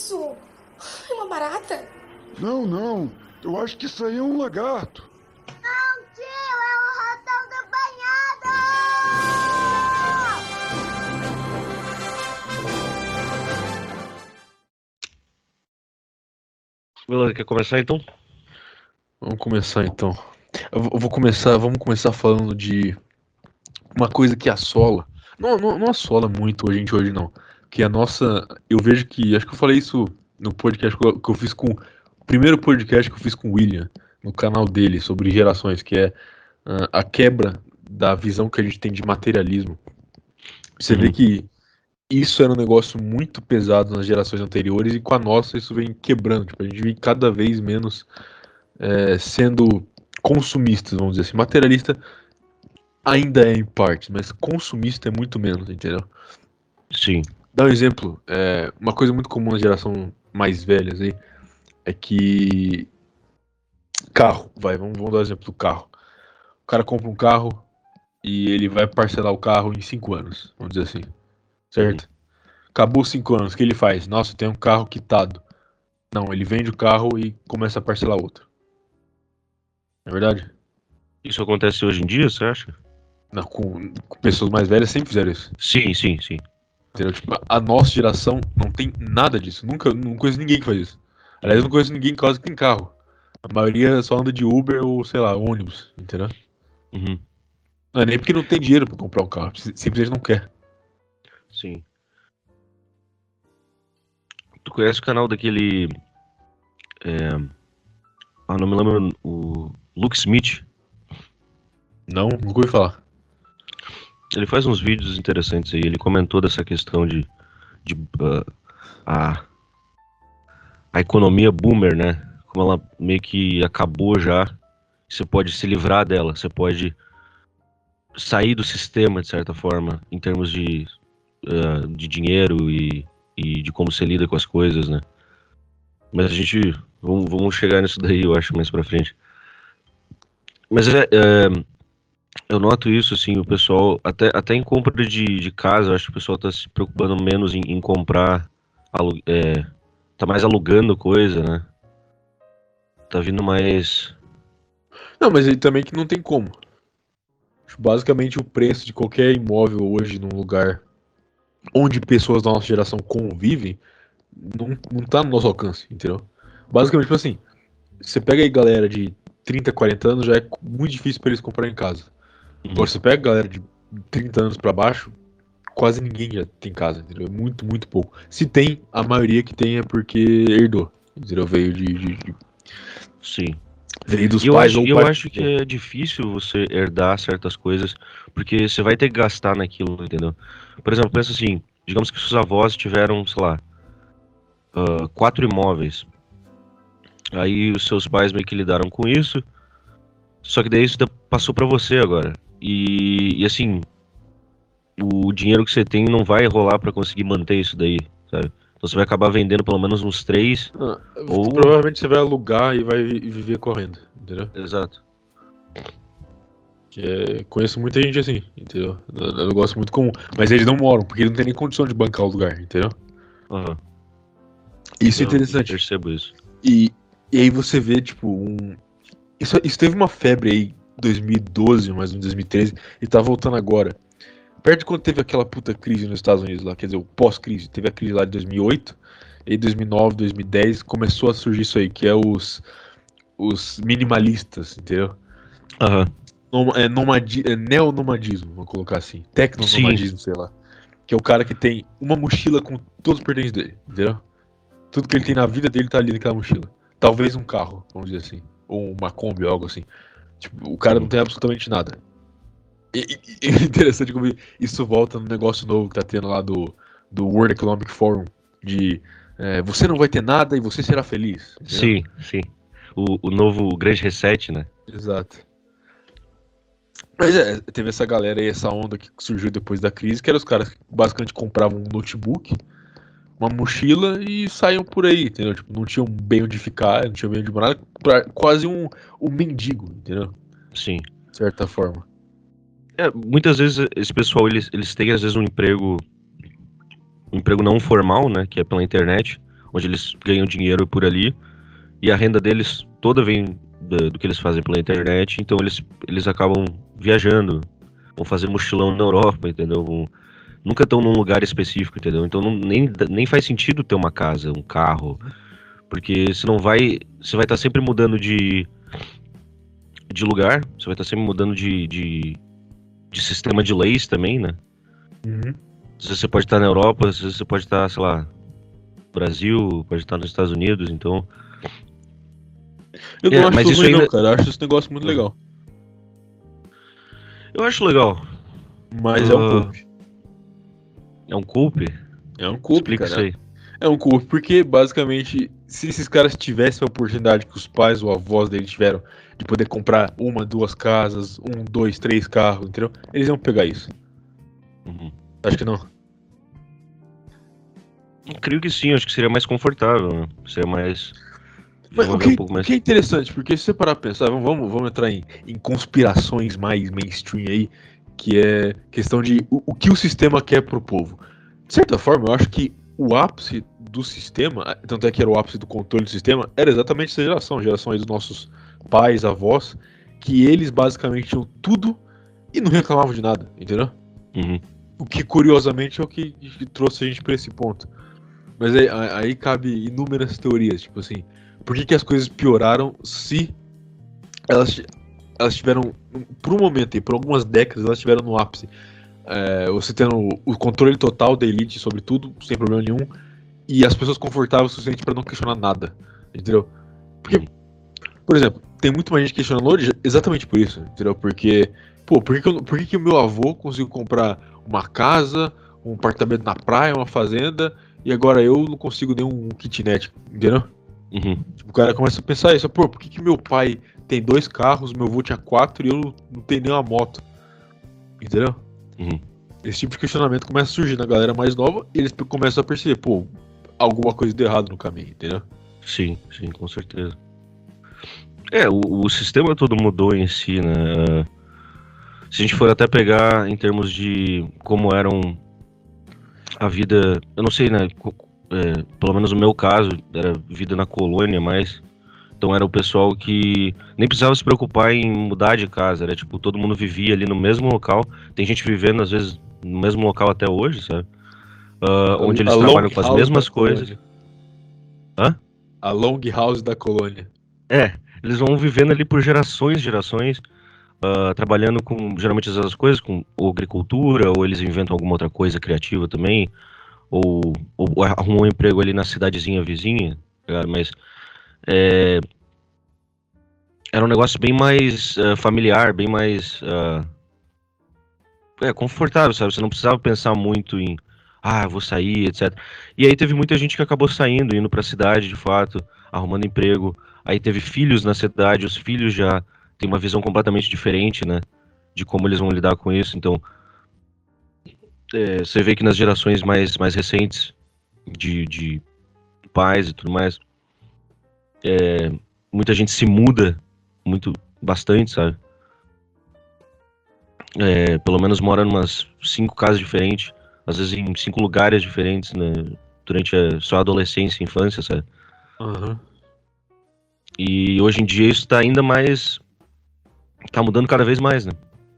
isso? É uma barata? Não, não. Eu acho que isso aí é um lagarto. Não, tio, é um ratão do banhado! Beleza, quer começar então? Vamos começar então. Vamos começar falando de uma coisa que assola. Não assola muito a gente hoje, não. Que a nossa. Eu vejo que. Acho que eu falei isso no podcast que eu fiz com. O primeiro podcast que eu fiz com o William, no canal dele, sobre gerações, que é a quebra da visão que a gente tem de materialismo. Você vê que isso era um negócio muito pesado nas gerações anteriores e com a nossa isso vem quebrando. Tipo, a gente vem cada vez menos sendo consumistas, vamos dizer assim. Materialista ainda é em parte, mas consumista é muito menos, entendeu? Sim. Dá um exemplo, uma coisa muito comum na geração mais velhas aí é que carro, vamos dar o exemplo do carro. O cara compra um carro e ele vai parcelar o carro em 5 anos, vamos dizer assim, certo? Acabou 5 anos, o que ele faz? Nossa, tem um carro quitado. Não, ele vende o carro e começa a parcelar outro. É verdade? Isso acontece hoje em dia, você acha? Não, com pessoas mais velhas sempre fizeram isso. Sim. Entendeu? Tipo, a nossa geração não tem nada disso. Não conheço ninguém que faz isso. Aliás, eu não conheço ninguém em casa que tem carro. A maioria só anda de Uber ou, sei lá, ônibus, entendeu? Uhum. Não é nem porque não tem dinheiro pra comprar um carro, simplesmente não quer. Sim. Tu conhece o canal daquele... não me lembro, o Luke Smith? Não, nunca ouvi falar. Ele faz uns vídeos interessantes aí, ele comentou dessa questão de a economia boomer, né? Como ela meio que acabou já, você pode se livrar dela, você pode sair do sistema, de certa forma, em termos de dinheiro e de como você lida com as coisas, né? Mas a gente, vamos chegar nisso daí, eu acho, mais pra frente. Mas eu noto isso, assim, o pessoal, até em compra de casa, eu acho que o pessoal tá se preocupando menos em comprar, tá mais alugando coisa, né? Tá vindo mais... Não, mas aí também que não tem como. Basicamente, o preço de qualquer imóvel hoje num lugar onde pessoas da nossa geração convivem não tá no nosso alcance, entendeu? Basicamente, tipo assim, você pega aí galera de 30, 40 anos, já é muito difícil pra eles comprarem casa. Agora, você pega a galera de 30 anos pra baixo, quase ninguém já tem casa, entendeu? É muito, muito pouco. Se tem, a maioria que tem é porque herdou, entendeu? Veio Sim. veio dos E pais eu acho que é difícil você herdar certas coisas, porque você vai ter que gastar naquilo, entendeu? Por exemplo, pensa assim, digamos que seus avós tiveram, sei lá, 4 imóveis. Aí os seus pais meio que lidaram com isso, só que daí isso passou pra você agora. E assim, o dinheiro que você tem não vai rolar pra conseguir manter isso daí, sabe? Então você vai acabar vendendo pelo menos uns 3, ou... Provavelmente você vai alugar e vai viver correndo, entendeu? Exato. Conheço muita gente assim, entendeu? É um negócio muito comum. Mas eles não moram, porque eles não têm nem condição de bancar o lugar, entendeu? Uhum. Isso é Eu interessante. percebo isso. E aí você vê, tipo, Isso teve uma febre aí, 2012, mais ou menos 2013, e tá voltando agora. Perto de quando teve aquela puta crise nos Estados Unidos lá, quer dizer, o pós-crise, teve a crise lá de 2008, e aí 2009, 2010, começou a surgir isso aí, que é os minimalistas, entendeu? Aham. Neonomadismo, vamos colocar assim. Tecnonomadismo, sei lá. Que é o cara que tem uma mochila com todos os pertences dele, entendeu? Tudo que ele tem na vida dele tá ali naquela mochila. Talvez um carro, vamos dizer assim. Ou uma Kombi, ou algo assim. Tipo, o cara não tem absolutamente nada. E é interessante como isso volta no negócio novo que tá tendo lá do World Economic Forum. De você não vai ter nada e você será feliz. Entendeu? Sim. O novo Grande Reset, né? Exato. Mas teve essa galera aí, essa onda que surgiu depois da crise, que eram os caras que basicamente compravam um notebook, uma mochila e saíam por aí, entendeu? Tipo, não tinham bem onde ficar, não tinham bem onde morar, quase um mendigo, entendeu? Sim. De certa forma. Muitas vezes esse pessoal, eles têm às vezes um emprego não formal, né? Que é pela internet, onde eles ganham dinheiro por ali, e a renda deles toda vem do que eles fazem pela internet, então eles acabam viajando, vão fazer mochilão na Europa, entendeu? Nunca estão num lugar específico, entendeu? Então nem faz sentido ter uma casa, um carro, porque você vai estar sempre mudando de lugar, você vai estar sempre mudando de sistema de leis também, né? Uhum. Às vezes você pode estar na Europa, às vezes você pode estar, sei lá, no Brasil, pode estar nos Estados Unidos, então... Eu não acho mas isso isso ruim, não, ainda... cara. Eu acho esse negócio muito legal. Eu acho legal. Mas é um culpe. É um culpe? É um culpe, Explica cara. isso aí. É um culpe, porque basicamente, se esses caras tivessem a oportunidade que os pais ou avós dele tiveram de poder comprar 1, 2 casas, 1, 2, 3 carros, entendeu? Eles iam pegar isso. Uhum. Acho que não. Eu creio que sim, acho que seria mais confortável, né? Seria mais... Mas um pouco mais... o que é interessante, porque se você parar pra pensar, vamos entrar em conspirações mais mainstream aí, que é questão de o que o sistema quer pro povo. De certa forma, eu acho que o ápice do sistema, tanto é que era o ápice do controle do sistema, era exatamente essa geração, a geração aí dos nossos pais, avós, que eles basicamente tinham tudo e não reclamavam de nada, entendeu? Uhum. O que curiosamente é o que trouxe a gente pra esse ponto. Mas aí cabe inúmeras teorias, tipo assim, por que as coisas pioraram se elas tiveram, por um momento e por algumas décadas, elas estiveram no ápice. Você tendo o controle total da elite sobre tudo, sem problema nenhum, e as pessoas confortáveis o suficiente pra não questionar nada, entendeu? Porque, por exemplo, tem muito mais gente questionando hoje exatamente por isso, entendeu? Porque, pô, por que o meu avô conseguiu comprar uma casa, um apartamento na praia, uma fazenda, e agora eu não consigo nem um kitnet, entendeu? Uhum. Tipo, o cara começa a pensar isso, pô, por que meu pai tem 2 carros, meu avô tinha 4 e eu não tenho nem uma moto, entendeu? Uhum. Esse tipo de questionamento começa a surgir na galera mais nova e eles começam a perceber, pô, alguma coisa de errado no caminho, entendeu? Sim, com certeza. O sistema todo mudou em si, né? Se a gente for até pegar em termos de como eram a vida, eu não sei, né? Pelo menos no meu caso, era vida na colônia, mas então era o pessoal que nem precisava se preocupar em mudar de casa, era tipo, todo mundo vivia ali no mesmo local. Tem gente vivendo, às vezes, no mesmo local até hoje, sabe? Onde eles trabalham com as mesmas coisas. Hã? A long house da colônia. Eles vão vivendo ali por gerações, trabalhando com geralmente essas coisas, com ou agricultura, ou eles inventam alguma outra coisa criativa também, ou arrumam um emprego ali na cidadezinha vizinha, tá ligado? Mas era um negócio bem mais familiar, bem mais confortável, sabe? Você não precisava pensar muito em vou sair, etc. E aí teve muita gente que acabou saindo, indo pra cidade, de fato, arrumando emprego. Aí teve filhos na cidade, os filhos já têm uma visão completamente diferente, né? De como eles vão lidar com isso. Então, você vê que nas gerações mais recentes de pais e tudo mais, muita gente se muda bastante, sabe? Pelo menos mora em umas 5 casas diferentes, às vezes em 5 lugares diferentes, né? Durante a sua adolescência e infância, sabe? Uhum. E hoje em dia isso tá ainda mais... tá mudando cada vez mais, né?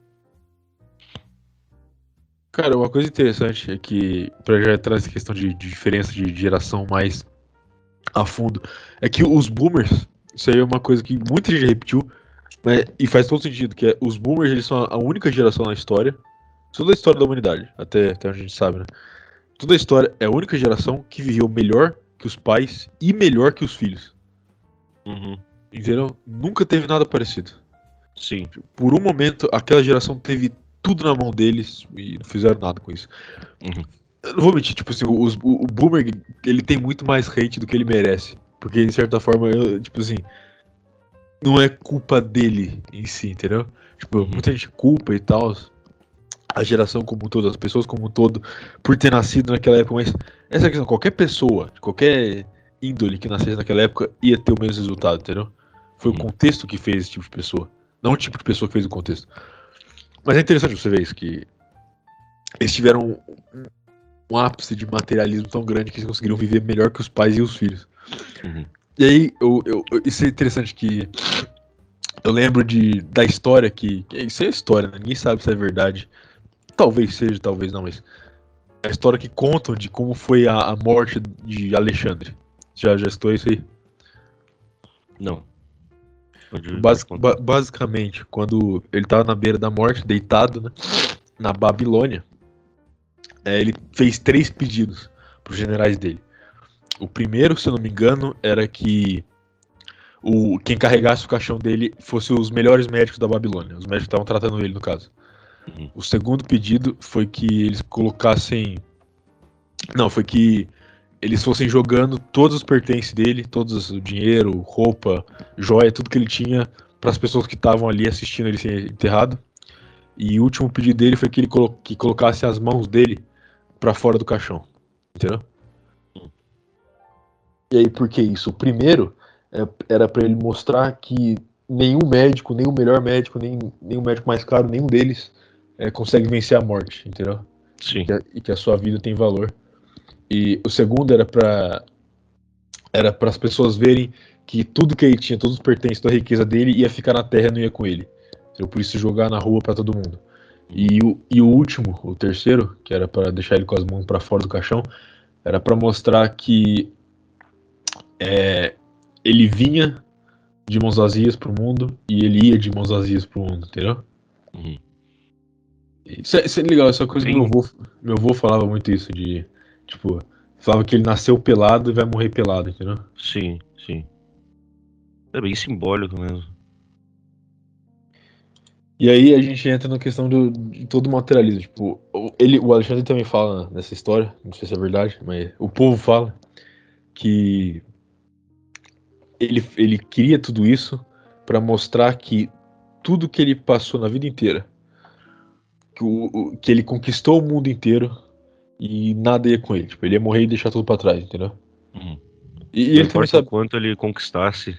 Cara, uma coisa interessante é que, pra já entrar nessa questão de diferença de geração mais a fundo, é que os boomers, isso aí é uma coisa que muita gente repetiu, e faz todo sentido, que os boomers, eles são a única geração na história, toda a história da humanidade, até onde a gente sabe, né? Toda a história é a única geração que viveu melhor que os pais e melhor que os filhos. Uhum. Entendeu? Nunca teve nada parecido. Sim. Por um momento, aquela geração teve tudo na mão deles e não fizeram nada com isso. Uhum. Eu não vou mentir, tipo assim, o Boomer, ele tem muito mais hate do que ele merece. Porque, de certa forma, tipo assim, não é culpa dele em si, entendeu? Tipo, muita gente culpa e tal, a geração como um todo, as pessoas como um todo, por ter nascido naquela época, mas essa questão, qualquer pessoa, qualquer índole que nascesse naquela época ia ter o mesmo resultado, entendeu? Foi o contexto que fez esse tipo de pessoa, não o tipo de pessoa que fez o contexto. Mas é interessante você ver isso, que eles tiveram um ápice de materialismo tão grande que eles conseguiram viver melhor que os pais e os filhos. Uhum. E aí, isso é interessante que eu lembro da história que isso é história, né? Ninguém sabe se é verdade. Talvez seja, talvez não, mas a história que contam de como foi a morte de Alexandre. Já escutou isso aí? Não. Pode contar. Basicamente, quando ele estava na beira da morte, deitado, né, na Babilônia, ele fez 3 pedidos para os generais dele. O primeiro, se eu não me engano, era que quem carregasse o caixão dele fosse os melhores médicos da Babilônia, os médicos que estavam tratando ele, no caso. Uhum. O segundo pedido foi que eles colocassem... Não, foi que eles fossem jogando todos os pertences dele, todos o dinheiro, roupa, joia, tudo que ele tinha, para as pessoas que estavam ali assistindo ele ser enterrado. E o último pedido dele foi que ele colocasse as mãos dele para fora do caixão. Entendeu? E aí, por que isso? O primeiro era para ele mostrar que nenhum médico, nem o melhor médico, nem o médico mais caro, nenhum deles consegue vencer a morte, entendeu? Sim. E que a sua vida tem valor. E o segundo era para as pessoas verem que tudo que ele tinha, todos os pertences da riqueza dele, ia ficar na terra e não ia com ele. Entendeu? Por isso jogar na rua para todo mundo. E o último, o terceiro, que era para deixar ele com as mãos para fora do caixão, era para mostrar que ele vinha de mãos vazias pro mundo e ele ia de mãos vazias pro mundo, entendeu? Uhum. Isso é legal, essa coisa que meu avô falava muito isso, de tipo, falava que ele nasceu pelado e vai morrer pelado, entendeu? Sim, sim. É bem simbólico mesmo. E aí a gente entra na questão de todo o materialismo. Tipo, o Alexandre também fala nessa história, não sei se é verdade, mas o povo fala que ele queria tudo isso para mostrar que tudo que ele passou na vida inteira, que ele conquistou o mundo inteiro e nada ia com ele. Tipo, ele ia morrer e deixar tudo para trás, entendeu? Uhum. E Não ele também importa sabe. o quanto ele conquistasse.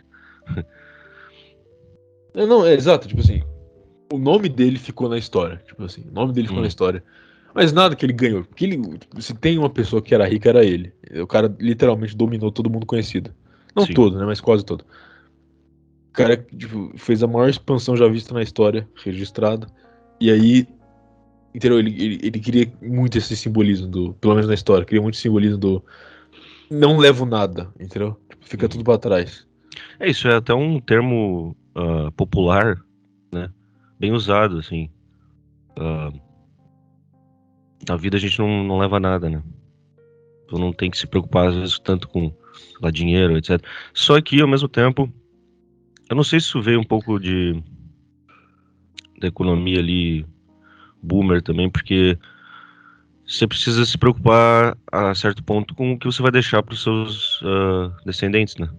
Não, é exato, tipo assim, o nome dele ficou na história, tipo assim, o nome dele ficou na história. Mas nada que ele ganhou, porque se tem uma pessoa que era rica, era ele. O cara literalmente dominou todo mundo conhecido. Não Sim. todo, né, mas quase todo. O cara, tipo, fez a maior expansão já vista na história, registrada. E aí, entendeu? Ele queria muito esse simbolismo pelo menos na história, queria muito simbolismo não levo nada, entendeu? Tipo, fica tudo pra trás. Isso é até um termo popular, né? Bem usado, assim. Na vida a gente não leva nada, né? Então não tem que se preocupar, às vezes, tanto com lá, dinheiro, etc. Só que, ao mesmo tempo, eu não sei se isso veio um pouco da economia ali, boomer também, porque você precisa se preocupar a certo ponto com o que você vai deixar para os seus descendentes, né?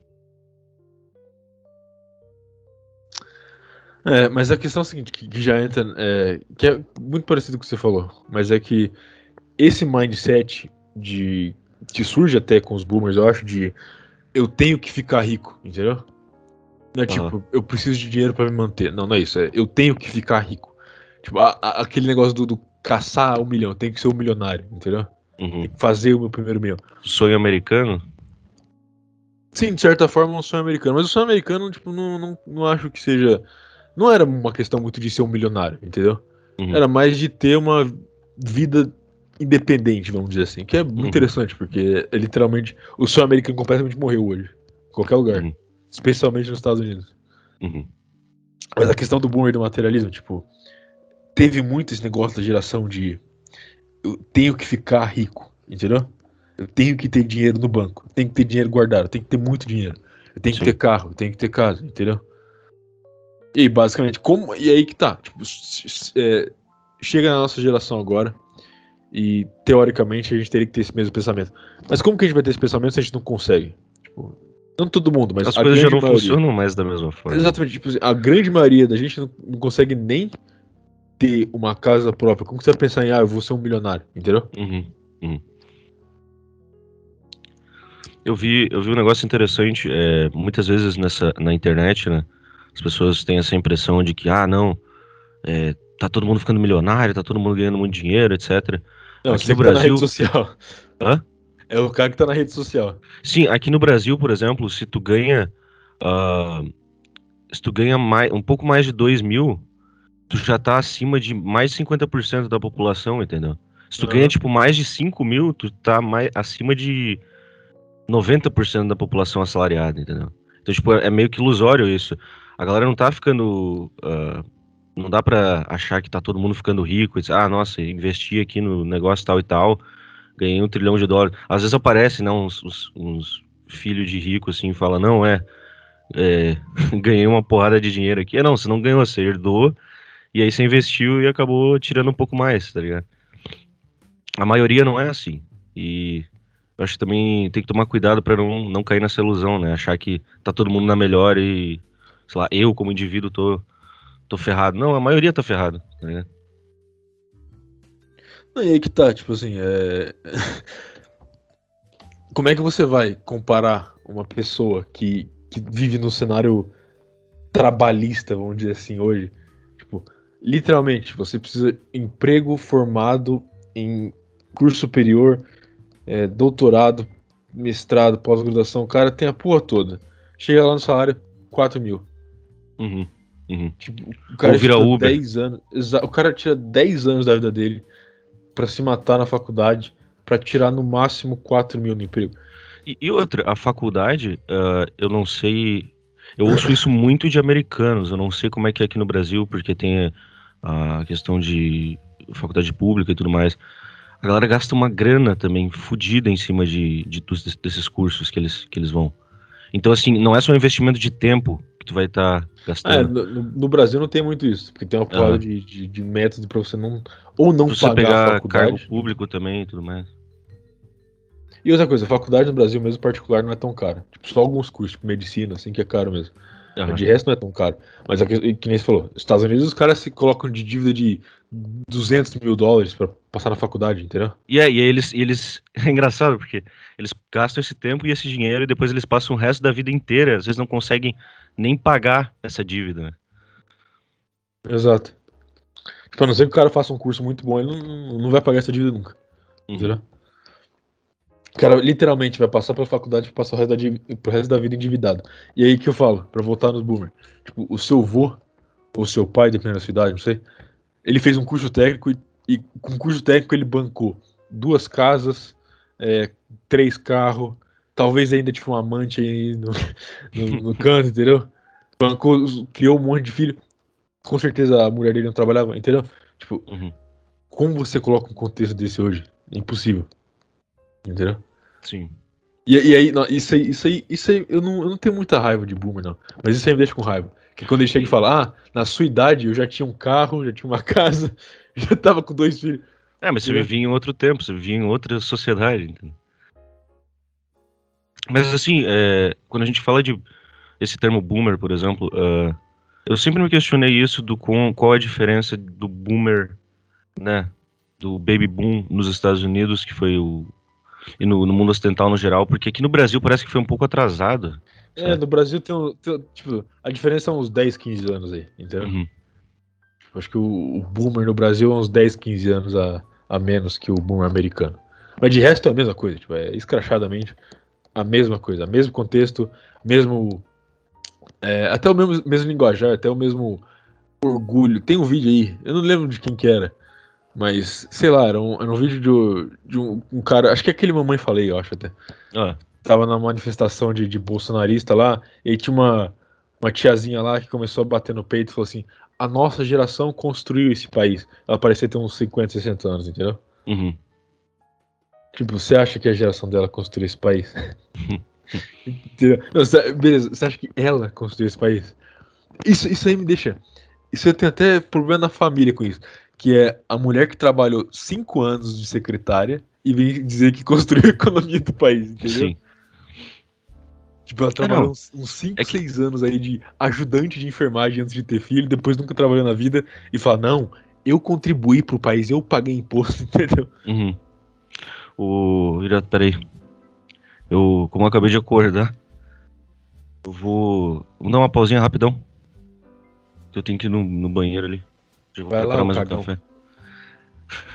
Mas a questão é a seguinte, que já entra, que é muito parecido com o que você falou, mas é que esse mindset que surge até com os boomers, eu acho, de eu tenho que ficar rico, entendeu? Não é tipo, eu preciso de dinheiro pra me manter. Não é isso, eu tenho que ficar rico. Tipo, aquele negócio do caçar 1 milhão, tem que ser um milionário, entendeu? Uhum. Tem que fazer o meu primeiro milhão. Sonho americano? Sim, de certa forma é um sonho americano, mas o sonho americano, tipo, não acho que seja... Não era uma questão muito de ser um milionário, entendeu? Uhum. Era mais de ter uma vida independente, vamos dizer assim. Que é muito interessante, porque literalmente o sonho americano completamente morreu hoje. Em qualquer lugar. Uhum. Especialmente nos Estados Unidos. Uhum. Mas a questão do boomer e do materialismo, tipo, teve muito esse negócio da geração de eu tenho que ficar rico, entendeu? Eu tenho que ter dinheiro no banco, eu tenho que ter dinheiro guardado, eu tenho que ter muito dinheiro, eu tenho que ter carro, eu tenho que ter casa, entendeu? E basicamente, e aí que tá, tipo, chega na nossa geração agora e teoricamente a gente teria que ter esse mesmo pensamento. Mas como que a gente vai ter esse pensamento se a gente não consegue? Tipo, não todo mundo, mas as a coisas já grande não maioria. funcionam mais da mesma forma. Exatamente, tipo, a grande maioria da gente não consegue nem ter uma casa própria. Como que você vai pensar em, eu vou ser um milionário, entendeu? Uhum. Eu vi um negócio interessante, muitas vezes na internet, né, as pessoas têm essa impressão de que, não, tá todo mundo ficando milionário, tá todo mundo ganhando muito dinheiro, etc. Não, Aqui você no que tá na rede Brasil. social. Hã? É o cara que tá na rede social. Sim, aqui no Brasil, por exemplo, ah, se tu ganha mais, um pouco mais de 2.000, tu já tá acima de mais de 50% da população, entendeu? Se tu ganha, Aham. tipo, mais de 5.000, tu tá mais, acima de 90% da população assalariada, entendeu? Então, tipo, é meio que ilusório isso. A galera não tá ficando. Não dá pra achar que tá todo mundo ficando rico e dizer, ah, nossa, investi aqui no negócio tal e tal, ganhei US$ 1 trilhão. Às vezes aparece, né, uns filhos de rico assim, e fala, não, ganhei uma porrada de dinheiro aqui. Não, você não ganhou, você herdou, e aí você investiu e acabou tirando um pouco mais, tá ligado? A maioria não é assim. E eu acho que também tem que tomar cuidado pra não cair nessa ilusão, né? Achar que tá todo mundo na melhor e, sei lá, eu como indivíduo tô ferrado. Não, a maioria tá ferrado, tá ligado? Não, e aí que tá, tipo assim, como é que você vai comparar uma pessoa que vive no cenário trabalhista, vamos dizer assim, hoje? Tipo, literalmente, você precisa de emprego formado em curso superior, doutorado, mestrado, pós-graduação, o cara tem a porra toda. Chega lá no salário, 4.000. Uhum, uhum. Tipo, o Ou cara vira estuda Uber. 10 anos, o cara tira 10 anos da vida dele pra se matar na faculdade, pra tirar no máximo 4.000 no emprego. E outra, a faculdade, eu não sei. Eu ouço isso muito de americanos. Eu não sei como é que é aqui no Brasil, porque tem a questão de faculdade pública e tudo mais. A galera gasta uma grana também fodida em cima desses cursos que eles vão. Então, assim, não é só um investimento de tempo que tu vai estar gastando. No Brasil não tem muito isso, porque tem uma porrada Aham. de método pra você não, ou não Pra você pagar a pegar cargo faculdade. público também e tudo mais. E outra coisa, a faculdade no Brasil mesmo particular não é tão cara. Tipo, só alguns cursos, tipo medicina, assim, que é caro mesmo. Mas Aham. de resto não é tão caro. Mas que nem você falou, nos Estados Unidos os caras se colocam de dívida de US$ 200.000 pra passar na faculdade, entendeu? E aí eles. É engraçado, porque eles gastam esse tempo e esse dinheiro e depois eles passam o resto da vida inteira. Às vezes não conseguem nem pagar essa dívida, né? Exato. Tipo, a não ser que o cara faça um curso muito bom, ele não vai pagar essa dívida nunca, Uhum. entendeu? O cara literalmente vai passar pela faculdade e passar pro resto da vida endividado. E aí que eu falo, pra voltar nos boomer. Tipo, o seu avô, ou seu pai, dependendo da sua idade, não sei, ele fez um curso técnico e com o curso técnico ele bancou 2 casas, é, 3 carros, talvez ainda tipo um amante aí no canto, entendeu? Bancou, criou um monte de filho. Com certeza a mulher dele não trabalhava, entendeu? Tipo, Uhum. como você coloca um contexto desse hoje? É impossível, entendeu? Sim. E aí, não, isso aí, eu não tenho muita raiva de boomer, não. Mas isso aí me deixa com raiva. Que quando ele chega e fala, na sua idade eu já tinha um carro, já tinha uma casa, já tava com 2 filhos, Mas você entendeu? vivia em outro tempo, você vivia em outra sociedade, entendeu? Mas assim, quando a gente fala de esse termo boomer, por exemplo, eu sempre me questionei isso qual a diferença do boomer, né? Do baby boom nos Estados Unidos, que foi e no mundo ocidental no geral, porque aqui no Brasil parece que foi um pouco atrasado, sabe? No Brasil tipo, a diferença é uns 10, 15 anos aí, entendeu? Uhum. Acho que o boomer no Brasil é uns 10, 15 anos a menos que o boomer americano. Mas de resto é a mesma coisa, tipo, é escrachadamente a mesma coisa, mesmo contexto, mesmo. Até o mesmo linguajar, até o mesmo orgulho. Tem um vídeo aí, eu não lembro de quem que era, mas sei lá, era um vídeo de um cara, acho que é aquele Mamãe Falei, eu acho até. Ah, Tava na manifestação de bolsonarista lá, e aí tinha uma tiazinha lá que começou a bater no peito e falou assim: a nossa geração construiu esse país. Ela parecia ter uns 50, 60 anos, entendeu? uhum. Tipo, você acha que a geração dela construiu esse país? Entendeu? Não, beleza, você acha que ela construiu esse país? Isso aí me deixa. Isso eu tenho até problema na família com isso. Que é a mulher que trabalhou 5 anos de secretária e vem dizer que construiu a economia do país, entendeu? Sim. Tipo, ela trabalhou Não, uns é 5, que 6 anos aí de ajudante de enfermagem antes de ter filho, depois nunca trabalhou na vida e fala, não, eu contribuí pro país, eu paguei imposto, entendeu? uhum. Peraí. Como eu acabei de acordar, vamos dar uma pausinha rapidão. Que eu tenho que ir no banheiro ali. Já vou Vai lá, preparar o mais um cagão. café.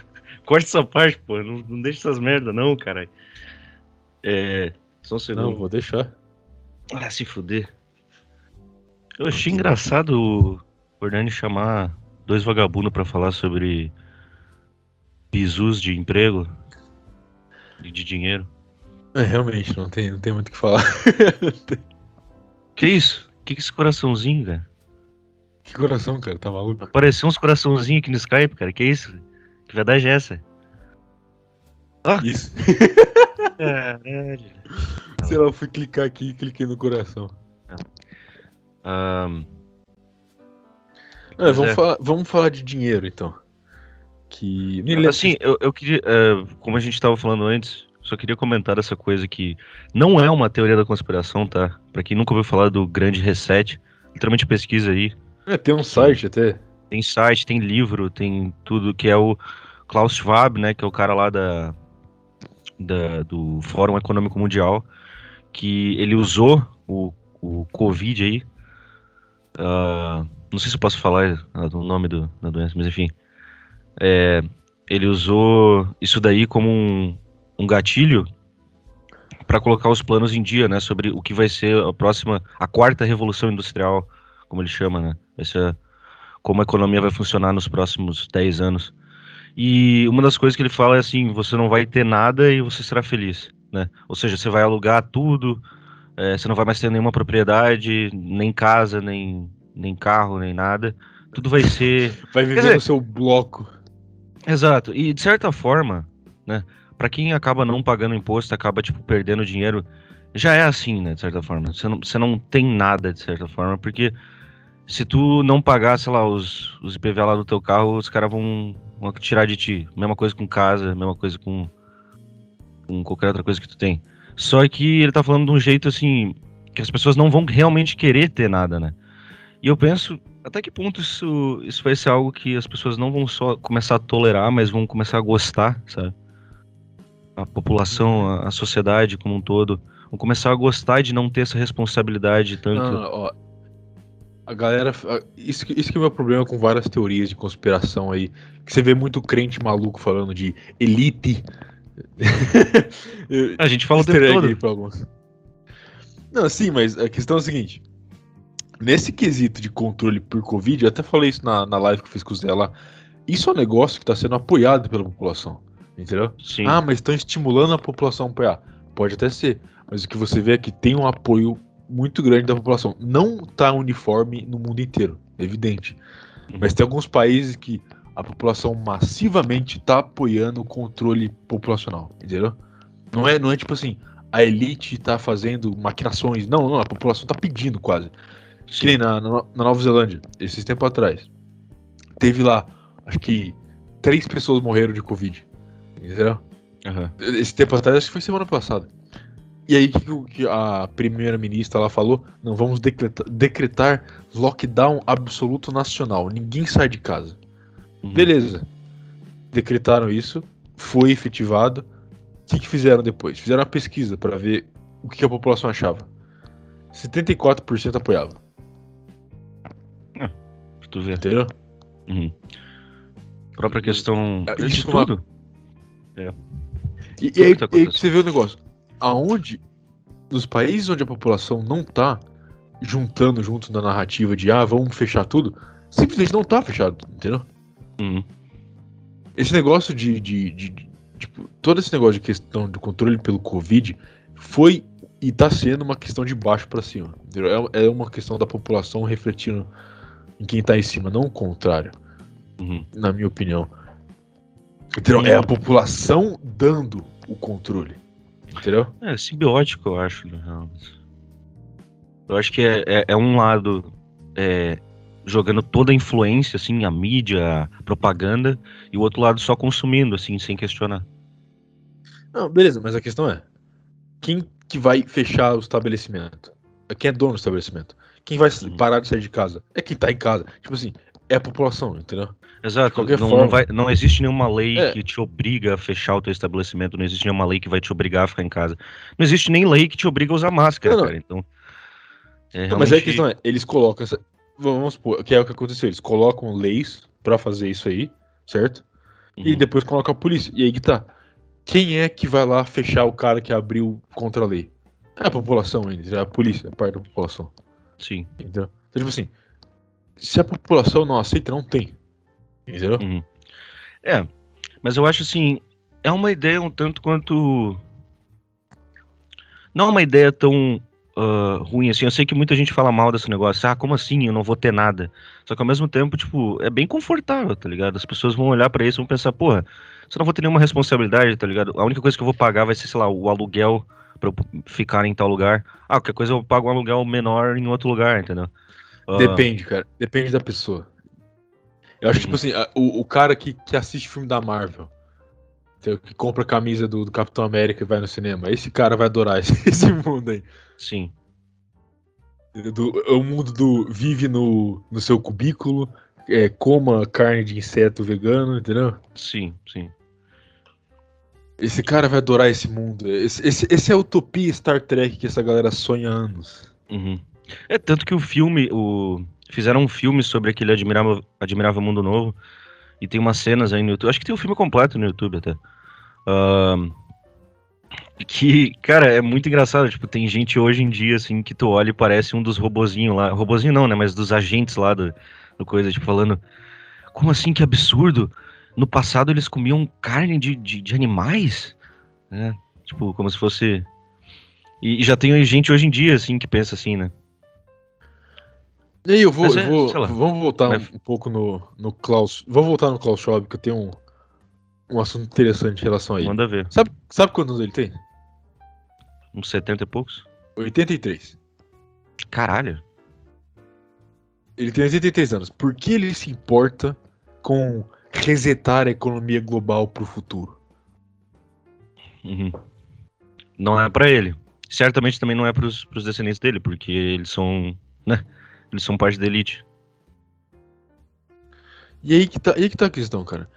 Corta essa parte, pô. Não deixa essas merda, não, caralho. Só um segundo. Não, vou deixar. Ah, se fuder. Eu achei engraçado o Hernani chamar 2 vagabundos pra falar sobre bizus de emprego e de dinheiro. Realmente, não tem muito o que falar. Que isso? Que esse coraçãozinho, cara? Que coração, cara, tá maluco? Apareceu uns coraçãozinhos aqui no Skype, cara. Que isso? Que verdade é essa? Ah, Isso. caralho. Sei lá, eu fui clicar aqui e cliquei no coração. Pois Vamos falar de dinheiro, então. Que... Assim, eu queria, como a gente tava falando antes, só queria comentar essa coisa que não é uma teoria da conspiração, tá? Pra quem nunca ouviu falar do Grande Reset, literalmente pesquisa aí. Tem um site até. Tem site, tem livro, tem tudo, que é o Klaus Schwab, né? Que é o cara lá do Fórum Econômico Mundial, que ele usou o Covid aí. Não sei se eu posso falar o nome da doença, mas enfim. Ele usou isso daí como um gatilho para colocar os planos em dia, né? Sobre o que vai ser a quarta revolução industrial, como ele chama, né? Vai ser como a economia vai funcionar nos próximos 10 anos. E uma das coisas que ele fala é assim, você não vai ter nada e você será feliz, né? Ou seja, você vai alugar tudo, você não vai mais ter nenhuma propriedade, nem casa, nem carro, nem nada. Tudo vai ser... Vai viver no seu bloco. Exato. E de certa forma, né? Pra quem acaba não pagando imposto, acaba, tipo, perdendo dinheiro, já é assim, né? De certa forma. Você não tem nada, de certa forma, porque se tu não pagar, sei lá, os IPVA lá do teu carro, os caras vão tirar de ti. Mesma coisa com casa, mesma coisa com qualquer outra coisa que tu tem. Só que ele tá falando de um jeito, assim, que as pessoas não vão realmente querer ter nada, né? E eu penso, até que ponto isso vai ser algo que as pessoas não vão só começar a tolerar, mas vão começar a gostar, sabe? A população, a sociedade como um todo, vão começar a gostar de não ter essa responsabilidade tanto... Ó, a galera... Isso que é o meu problema com várias teorias de conspiração aí, que você vê muito crente maluco falando de elite. A gente fala o Easter tempo egg todo. aí pra alguns. Não, sim, mas a questão é a seguinte. Nesse quesito de controle por Covid, eu até falei isso na live que eu fiz com o Zé lá, isso é um negócio que está sendo apoiado pela população, entendeu? Sim. Mas estão estimulando a população a apoiar. Pode até ser, mas o que você vê é que tem um apoio muito grande da população. Não está uniforme no mundo inteiro, é evidente. Mas tem alguns países que a população massivamente está apoiando o controle populacional, entendeu? Não é tipo assim, a elite está fazendo maquinações. Não, a população está pedindo quase. Que nem na Nova Zelândia, esses tempos atrás. Teve lá, acho que 3 pessoas morreram de Covid. Entendeu? Uhum. Esse tempo atrás, acho que foi semana passada. E aí, que a primeira-ministra lá falou? Não, vamos decretar lockdown absoluto nacional. Ninguém sai de casa. Beleza. Decretaram isso, foi efetivado. O que fizeram depois? Fizeram uma pesquisa para ver o que a população achava. 74% apoiava. Tu vê. Entendeu? Própria questão de Isso tudo. E aí você vê o negócio. Aonde, nos países onde a população não tá juntando junto na narrativa de vamos fechar tudo, simplesmente não tá fechado, entendeu? Esse negócio tipo, todo esse negócio de questão do controle pelo Covid foi e tá sendo uma questão de baixo pra cima, entendeu? É uma questão da população refletindo em quem tá em cima, não o contrário, na minha opinião. Entendeu? É a população dando o controle, entendeu? É simbiótico, eu acho, na real. Eu acho que é um lado jogando toda a influência, assim, a mídia, a propaganda, e o outro lado só consumindo, assim, sem questionar. Não, beleza, mas a questão é, quem que vai fechar o estabelecimento? Quem é dono do estabelecimento? Quem vai parar de sair de casa? É quem tá em casa. Tipo assim, é a população, entendeu? Exato, não existe nenhuma lei que te obriga a fechar o teu estabelecimento, não existe nenhuma lei que vai te obrigar a ficar em casa. Não existe nem lei que te obriga a usar máscara, cara, então... realmente... Mas aí a questão é, eles colocam vamos supor, que é o que aconteceu, eles colocam leis pra fazer isso aí, certo? e depois coloca a polícia. E aí que tá. Quem é que vai lá fechar o cara que abriu contra a lei? É a população ainda, é a polícia, é parte da população. Sim. Entendeu? Então, tipo assim, se a população não aceita, não tem. Entendeu? Uhum. É, mas eu acho assim, é uma ideia um tanto quanto. Não é uma ideia tão ruim assim. Eu sei que muita gente fala mal desse negócio. Ah, como assim? Eu não vou ter nada. Só que ao mesmo tempo, tipo, é bem confortável, tá ligado? As pessoas vão olhar pra isso e vão pensar, porra, você não vou ter nenhuma responsabilidade, tá ligado? A única coisa que eu vou pagar vai ser, sei lá, o aluguel pra eu ficar em tal lugar. Ah, qualquer coisa eu pago um aluguel menor em outro lugar, entendeu? Depende, cara. Depende da pessoa. Eu acho que, tipo assim, o cara que assiste filme da Marvel, entendeu? Que compra a camisa do Capitão América e vai no cinema, esse cara vai adorar esse mundo aí. Sim. É o mundo do vive no seu cubículo, coma carne de inseto vegano, entendeu? Sim, sim. Esse cara vai adorar esse mundo. Esse é a utopia Star Trek que essa galera sonha há anos. Uhum. É tanto que o filme, fizeram um filme sobre aquele Admirável Mundo Novo e tem umas cenas aí no YouTube. Acho que tem o filme completo no YouTube até. Que, cara, é muito engraçado. Tipo, tem gente hoje em dia assim que tu olha e parece um dos robozinhos lá. Robozinho não, né? Mas dos agentes lá do coisa, tipo, falando. Como assim, que absurdo? No passado eles comiam carne de animais? Né? Tipo, como se fosse. E já tem gente hoje em dia, assim, que pensa assim, né? E aí, Mas sei lá. vamos voltar Mas- um pouco no Klaus. Vamos voltar no Klaus Schwab, que eu tenho um assunto interessante em relação a ele. Manda ver. Sabe quantos anos ele tem? Uns 70 e poucos? 83. Caralho. Ele tem 83 anos. Por que ele se importa com resetar a economia global pro futuro? Uhum. Não é pra ele. Certamente também não é pros descendentes dele, porque eles são, né? Eles são parte da elite. E aí que tá a questão, cara.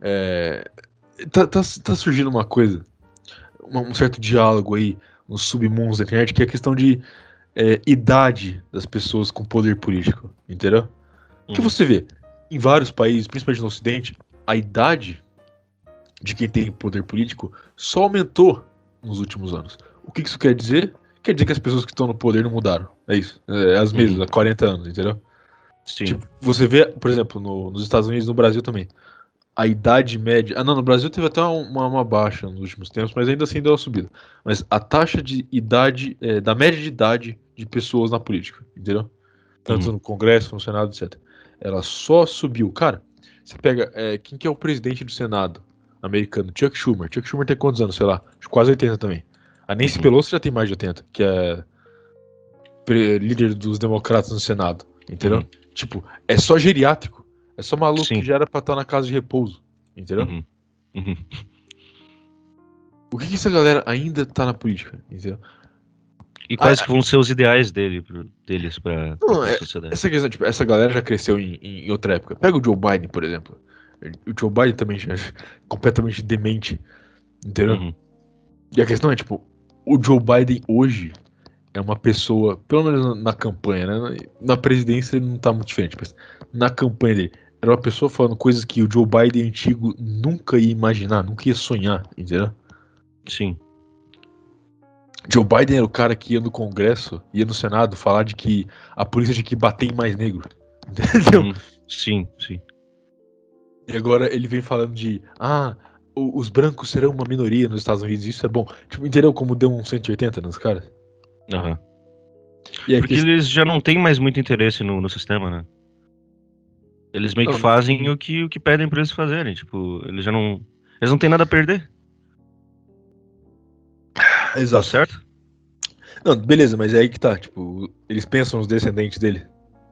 Tá surgindo uma coisa, um certo diálogo aí nos submundos da internet, que é a questão de idade das pessoas com poder político, entendeu? Que Uhum. você vê, em vários países, principalmente no Ocidente, a idade de quem tem poder político só aumentou nos últimos anos. O que isso quer dizer? Quer dizer que as pessoas que estão no poder não mudaram. É isso. É as mesmas, há 40 anos, entendeu? Sim. Tipo, você vê, por exemplo, nos Estados Unidos e no Brasil também. A idade média. Ah, não, no Brasil teve até uma baixa nos últimos tempos, mas ainda assim deu uma subida. Mas a taxa de idade, da média de idade de pessoas na política, entendeu? Tanto no Congresso, no Senado, etc. Ela só subiu. Cara, você pega. Quem que é o presidente do Senado americano? Chuck Schumer. Chuck Schumer tem quantos anos? Sei lá. Quase 80 também. A Nancy Pelosi já tem mais de 80, que é líder dos democratas no Senado, entendeu? Tipo, é só geriátrico. É só maluco Sim. que já era pra estar na casa de repouso, entendeu? Uhum. O que essa galera ainda tá na política, entendeu? E quais que vão ser os ideais deles pra Não, sociedade? essa questão, tipo, essa galera já cresceu em outra época. Pega o Joe Biden, por exemplo. O Joe Biden também já é completamente demente, entendeu? Uhum. E a questão é, tipo, o Joe Biden hoje é uma pessoa, pelo menos na campanha, né? Na presidência ele não tá muito diferente, mas na campanha dele, era uma pessoa falando coisas que o Joe Biden antigo nunca ia imaginar, nunca ia sonhar, entendeu? Sim. Joe Biden era o cara que ia no Congresso, ia no Senado falar de que a polícia tinha que bater em mais negro. Entendeu? Uhum. Sim, sim. E agora ele vem falando de os brancos serão uma minoria nos Estados Unidos, isso é bom. Tipo, entendeu como deu um 180 nos caras? Uhum. E Porque eles já não têm mais muito interesse no sistema, né? Eles meio que fazem o que pedem pra eles fazerem. Tipo, eles não têm nada a perder. Tá Exato. certo? Não, beleza, mas é aí que tá. Tipo, eles pensam nos descendentes dele.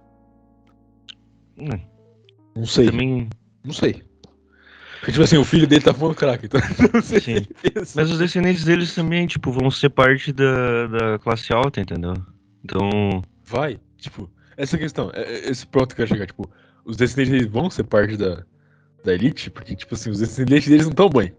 Não sei. Também. Não sei. Porque, tipo assim, o filho dele tá fumando crack, então não sei se Sim. ele pensa. Mas os descendentes deles também, tipo, vão ser parte da classe alta, entendeu? Então. Vai, tipo, essa questão, esse ponto que eu quero chegar, tipo, os descendentes deles vão ser parte da elite, porque, tipo assim, os descendentes deles não tão bem.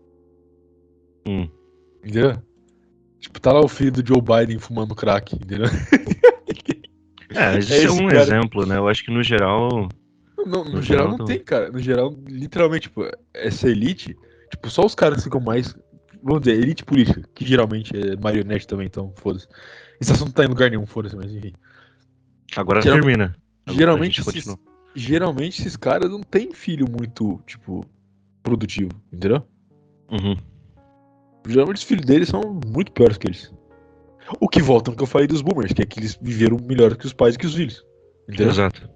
Entendeu? Tipo, tá lá o filho do Joe Biden fumando crack, entendeu? Isso é um exemplo, né? Eu acho que no geral. No geral não tem, cara. No geral, literalmente, tipo, essa elite, tipo, só os caras que ficam mais, vamos dizer, elite política, que geralmente é marionete também, então, foda-se. Esse assunto não tá em lugar nenhum, foda-se, mas enfim. Agora Geral- termina. Geralmente, A gente continua. geralmente esses caras não têm filho muito, tipo, produtivo, entendeu? Uhum. Geralmente os filhos deles são muito piores que eles. O que volta no que eu falei dos boomers, que é que eles viveram melhor que os pais e que os filhos. Entendeu? Exato.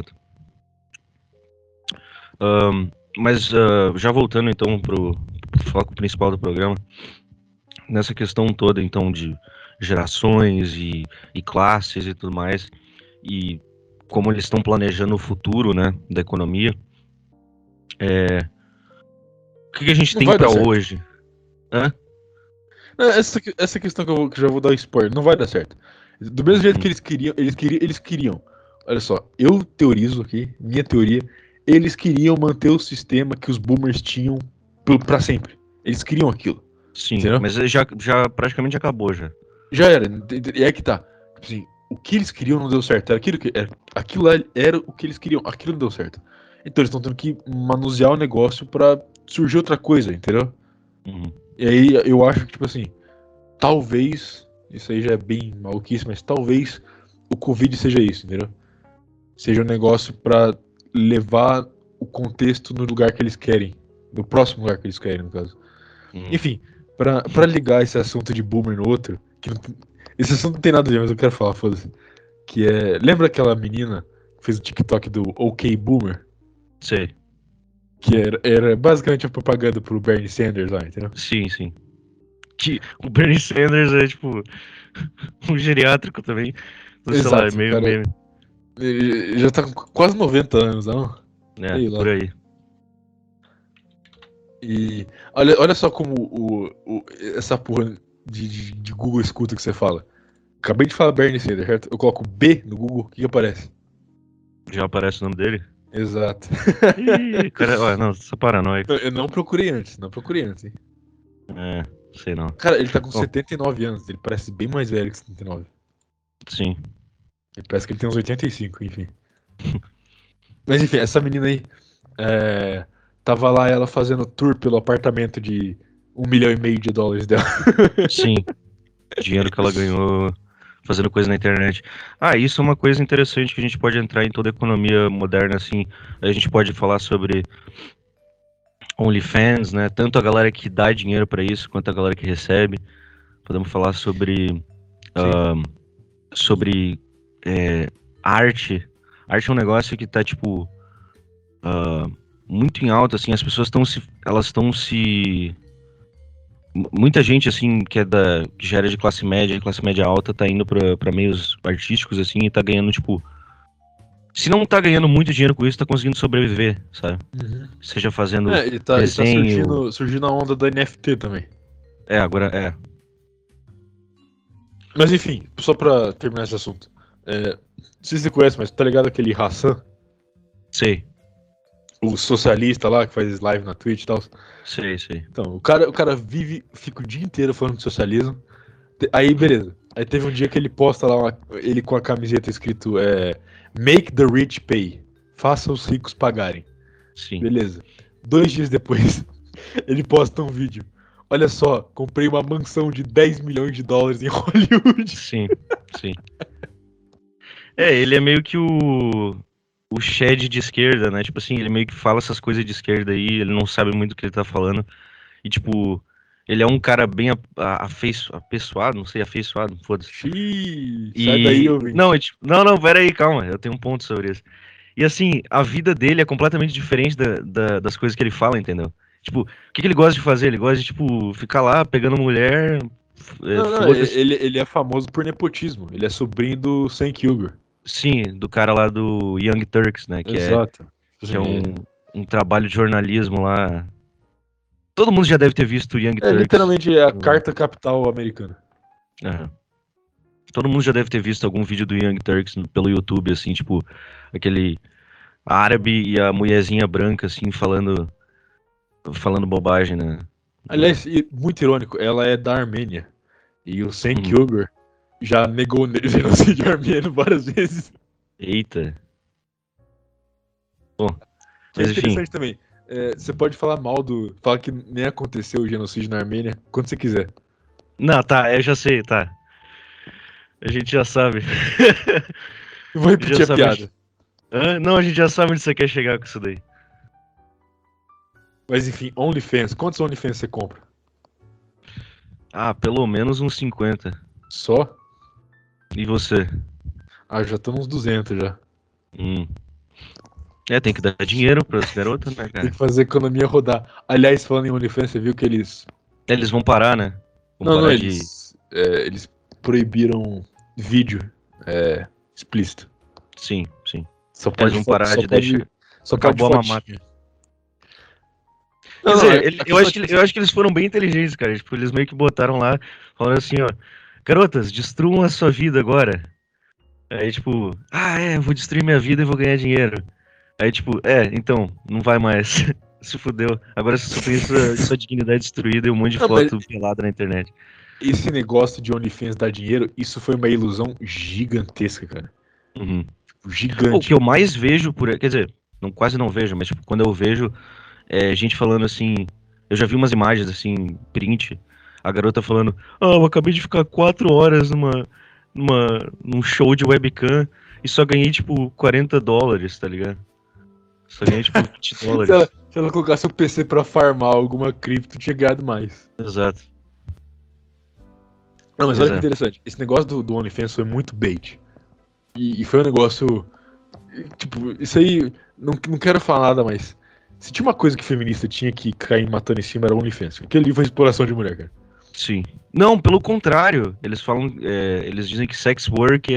Mas já voltando então pro foco principal do programa, nessa questão toda então de gerações e classes e tudo mais, e como eles estão planejando o futuro, né, da economia, o que a gente Não tem vai dar pra certo. hoje? Hã? Essa questão que que eu já vou dar um spoiler, não vai dar certo. Do mesmo jeito que eles queriam. Olha só, eu teorizo aqui, minha teoria, eles queriam manter o sistema que os boomers tinham pra sempre. Eles queriam aquilo, Sim, entendeu? mas já praticamente acabou já. Já era, e é que tá. Tipo assim, o que eles queriam não deu certo. Aquilo lá era o que eles queriam, aquilo não deu certo. Então eles estão tendo que manusear o negócio pra surgir outra coisa, entendeu? Uhum. E aí eu acho que, tipo assim, talvez, isso aí já é bem maluquice, mas talvez o Covid seja isso, entendeu? Seja um negócio pra levar o contexto no lugar que eles querem. No próximo lugar que eles querem, no caso. Uhum. Enfim, pra ligar esse assunto de boomer no outro, esse assunto não tem nada a ver, mas eu quero falar, foda-se. Que é. Lembra aquela menina que fez o TikTok do OK Boomer? Sei. Que era basicamente a propaganda pro Bernie Sanders lá, entendeu? Sim. Que o Bernie Sanders é tipo um geriátrico também. Sei lá, é Exato, meio cara. meme. Ele já tá com quase 90 anos, não? É, Sei lá. por aí. E olha só como essa porra de Google escuta que você fala. Acabei de falar Bernie Sanders, certo? Eu coloco B no Google, o que aparece? Já aparece o nome dele? Exato. Ih, cara, olha, não, sou paranoico. Eu não procurei antes, hein? É, sei não. Cara, ele tá com Bom, 79 anos, ele parece bem mais velho que 79. sim. Ele parece que ele tem uns 85, enfim. Mas enfim, essa menina aí, tava lá ela fazendo tour pelo apartamento de 1,5 milhão de dólares dela. Sim. Dinheiro que ela ganhou fazendo coisa na internet. Ah, isso é uma coisa interessante que a gente pode entrar em toda a economia moderna, assim. A gente pode falar sobre OnlyFans, né? Tanto a galera que dá dinheiro pra isso, quanto a galera que recebe. Podemos falar Sim. sobre arte. Arte é um negócio que tá, tipo, muito em alta, assim. As pessoas elas estão se muita gente, assim, que já era de classe média alta, tá indo pra meios artísticos, assim, e tá ganhando, tipo. Se não tá ganhando muito dinheiro com isso, tá conseguindo sobreviver, sabe? Uhum. Seja fazendo Ele tá desenho. surgindo a onda da NFT também. Agora é. Mas enfim, só pra terminar esse assunto. Não sei se você conhece, mas tá ligado aquele Hassan? Sei. O socialista lá que faz live na Twitch e tal. Sei. Então, o cara fica o dia inteiro falando de socialismo. Aí, beleza. Aí teve um dia que ele posta lá, ele com a camiseta escrito Make the rich pay. Faça os ricos pagarem. Sim. Beleza. 2 dias depois, ele posta um vídeo. Olha só, comprei uma mansão de 10 milhões de dólares em Hollywood. Sim. Ele é meio que o Shed de esquerda, né? Tipo assim, ele meio que fala essas coisas de esquerda aí, ele não sabe muito o que ele tá falando. E, tipo, ele é um cara bem afeiçoado, não sei, afeiçoado, foda-se. Xiii, sai daí, ouvinte. Não, pera aí, calma, eu tenho um ponto sobre isso. E assim, a vida dele é completamente diferente das coisas que ele fala, entendeu? Tipo, o que ele gosta de fazer? Ele gosta de, tipo, ficar lá pegando mulher, Não, foda-se. ele é famoso por nepotismo. Ele é sobrinho do Sam Kilgore. Sim, do cara lá do Young Turks, né? Exato. Que é um trabalho de jornalismo lá. Todo mundo já deve ter visto Young Turks. Literalmente a carta capital americana. Aham. Todo mundo já deve ter visto algum vídeo do Young Turks pelo YouTube, assim, tipo, aquele árabe e a mulherzinha branca, assim, falando bobagem, né? Aliás, muito irônico, ela é da Armênia. E o Sam Uhum. Kilgore já negou o genocídio armênio várias vezes. Eita. Bom, Que é mas enfim. interessante também. Você pode falar mal do. Falar que nem aconteceu o genocídio na Armênia quando você quiser. Não, tá, eu já sei, tá. A gente já sabe. Eu vou repetir Já a sabe piada. Não, a gente já sabe onde você quer chegar com isso daí. Mas enfim, OnlyFans. Quantos OnlyFans você compra? Ah, pelo menos uns 50. Só? E você? Ah, já tô nos 200 já. Hum. Tem que dar dinheiro pras garotas, né, Tem cara? que fazer a economia rodar. Aliás, falando em OnlyFans, você viu que eles. Eles vão parar, né? Vão Não, parar eles proibiram vídeo explícito. Sim, sim. Só Eles vão parar de deixar. Só pode Acabou a fotinho. mamata. Não, Quer não, dizer, a eu questão acho eu acho que eles foram bem inteligentes, cara. Tipo, eles meio que botaram lá, falando assim, ó. Garotas, destruam a sua vida agora. Aí, tipo, eu vou destruir minha vida e vou ganhar dinheiro. Aí, tipo, então, não vai mais. Se fudeu. Agora você só tem sua dignidade destruída e um monte de Não, mas foto pelada na internet. esse negócio de OnlyFans dar dinheiro, isso foi uma ilusão gigantesca, cara. Uhum. Tipo, O gigante. que eu mais vejo quer dizer, quase não vejo, mas tipo, quando eu vejo, gente falando assim, eu já vi umas imagens assim, print, a garota falando, eu acabei de ficar 4 horas num show de webcam e só ganhei tipo $40, tá ligado? Só ganhei tipo $20. Se ela colocasse o PC pra farmar alguma cripto, tinha ganhado mais. Exato. Não, mas Pois olha que é. interessante. Esse negócio do OnlyFans foi muito bait. E foi um negócio. Tipo, isso aí. Não quero falar nada, mas. Se tinha uma coisa que feminista tinha que cair matando em cima, era o OnlyFans. Aquele ali foi exploração de mulher, cara. Sim. Não, pelo contrário. Eles falam, eles dizem que sex work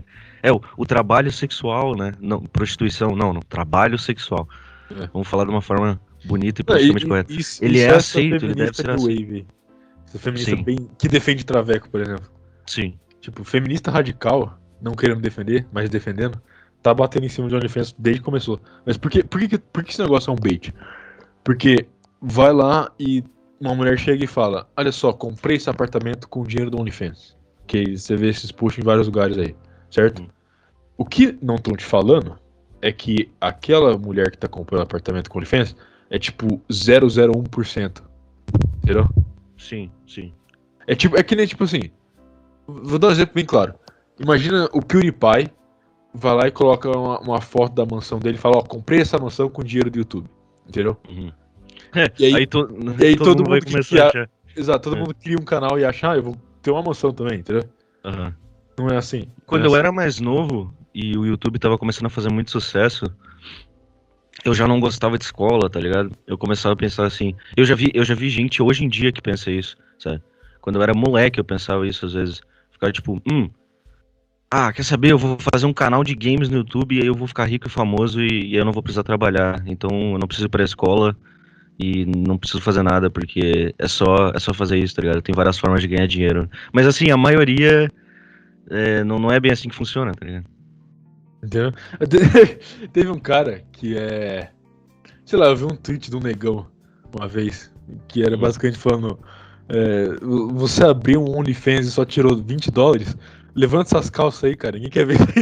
o trabalho sexual, né? Não, prostituição, não, trabalho sexual. É. Vamos falar de uma forma bonita e Não, politicamente correta. Ele é essa aceito, ele deve feminista ser new aceito. wave. Essa feminista Sim. bem. Que defende traveco, por exemplo. Sim. Tipo, feminista radical, não querendo defender, mas defendendo, tá batendo em cima de OnlyFans desde que começou. Mas por que esse negócio é um bait? Porque vai lá e uma mulher chega e fala: olha só, comprei esse apartamento com o dinheiro do OnlyFans. Que aí você vê esses posts em vários lugares aí, certo? O que não estão te falando é que aquela mulher que tá comprando apartamento com OnlyFans é tipo 0,01%. Entendeu? Sim, sim. É que nem tipo assim. Vou dar um exemplo bem claro. Imagina o PewDiePie vai lá e coloca uma foto da mansão dele e fala: ó, comprei essa mansão com dinheiro do YouTube. Entendeu? Uhum. E aí, aí todo mundo vai mundo começar a achar. Exato, todo mundo cria um canal e acha, eu vou ter uma mansão também, entendeu? Aham. Não é assim. Quando Não é eu assim. era mais novo e o YouTube tava começando a fazer muito sucesso, eu já não gostava de escola, tá ligado? Eu começava a pensar assim. Eu já vi gente hoje em dia que pensa isso, sabe? Quando eu era moleque, eu pensava isso às vezes. Ficava tipo, quer saber? Eu vou fazer um canal de games no YouTube e aí eu vou ficar rico e famoso e eu não vou precisar trabalhar. Então eu não preciso ir pra escola e não preciso fazer nada porque é só fazer isso, tá ligado? Tem várias formas de ganhar dinheiro. Mas assim, a maioria não é bem assim que funciona, tá ligado? Entendeu? Teve um cara que é. Sei lá, eu vi um tweet de um negão uma vez, que era basicamente falando: você abriu um OnlyFans e só tirou $20? Levanta essas calças aí, cara. Ninguém quer ver isso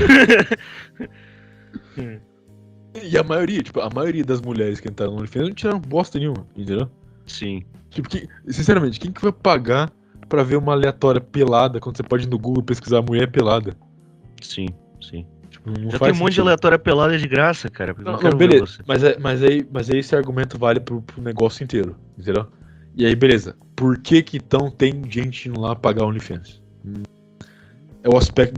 aí, não. E a maioria das mulheres que entraram no OnlyFans não tiraram bosta nenhuma, entendeu? Sim. Tipo, sinceramente, quem que vai pagar pra ver uma aleatória pelada quando você pode ir no Google pesquisar mulher pelada? Sim, sim. Tipo, não Já faz tem um monte de sentido. aleatória pelada de graça, cara. Porque eu Não, não quero ver beleza. você. Mas aí esse argumento vale pro negócio inteiro, entendeu? E aí, beleza. Por que então tem gente indo lá pagar OnlyFans? É o aspecto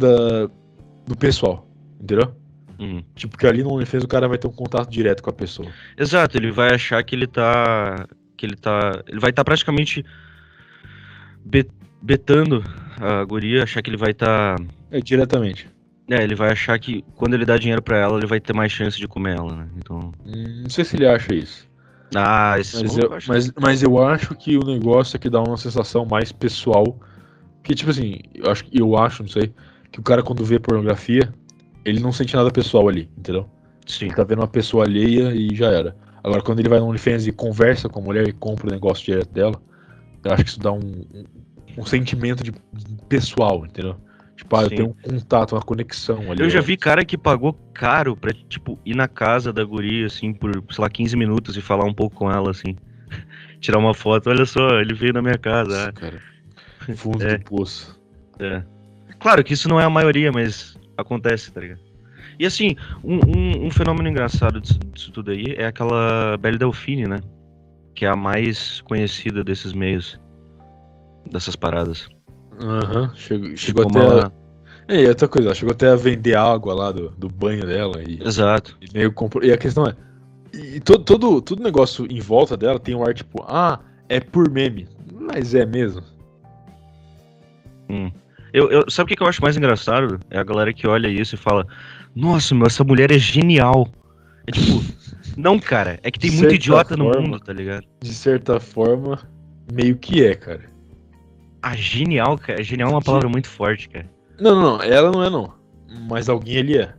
do pessoal, entendeu? Uhum. Tipo, que ali no OnlyFans o cara vai ter um contato direto com a pessoa. Exato, ele vai achar que ele tá. Ele vai estar praticamente betando a guria, achar que ele vai estar. Diretamente. Ele vai achar que quando ele dá dinheiro pra ela, ele vai ter mais chance de comer ela, né? Então. Não sei se ele acha isso. Esse Mas eu acho que o negócio é que dá uma sensação mais pessoal. Que, tipo assim, eu acho, não sei, que o cara quando vê pornografia, ele não sente nada pessoal ali, entendeu? Sim. Ele tá vendo uma pessoa alheia e já era. Agora, quando ele vai no OnlyFans e conversa com a mulher e compra o negócio direto dela, eu acho que isso dá um sentimento de pessoal, entendeu? Tipo, eu Sim. tenho um contato, uma conexão ali. Eu já ó. vi cara que pagou caro pra, tipo, ir na casa da guria, assim, por, sei lá, 15 minutos e falar um pouco com ela, assim. Tirar uma foto, olha só, ele veio na minha casa. Nossa, cara. Fundo É. do poço. É. Claro que isso não é a maioria, mas acontece, tá ligado? E assim, um fenômeno engraçado disso tudo aí é aquela Belle Delphine, né? Que é a mais conhecida desses meios, dessas paradas. Aham. Chegou Como até. ela... E outra coisa, ela chegou até a vender água lá do banho dela. Exato. E nego comprou. E a questão é. E todo negócio em volta dela tem um ar tipo, é por meme. Mas é mesmo. Sabe o que eu acho mais engraçado? É a galera que olha isso e fala: Nossa, meu, essa mulher é genial. É tipo, não, cara, é que tem De muito certa idiota no forma. mundo, tá ligado? De certa forma, meio que é, cara. Genial, cara. Genial é uma palavra muito forte, cara. Não, ela não é não. Mas alguém ali é.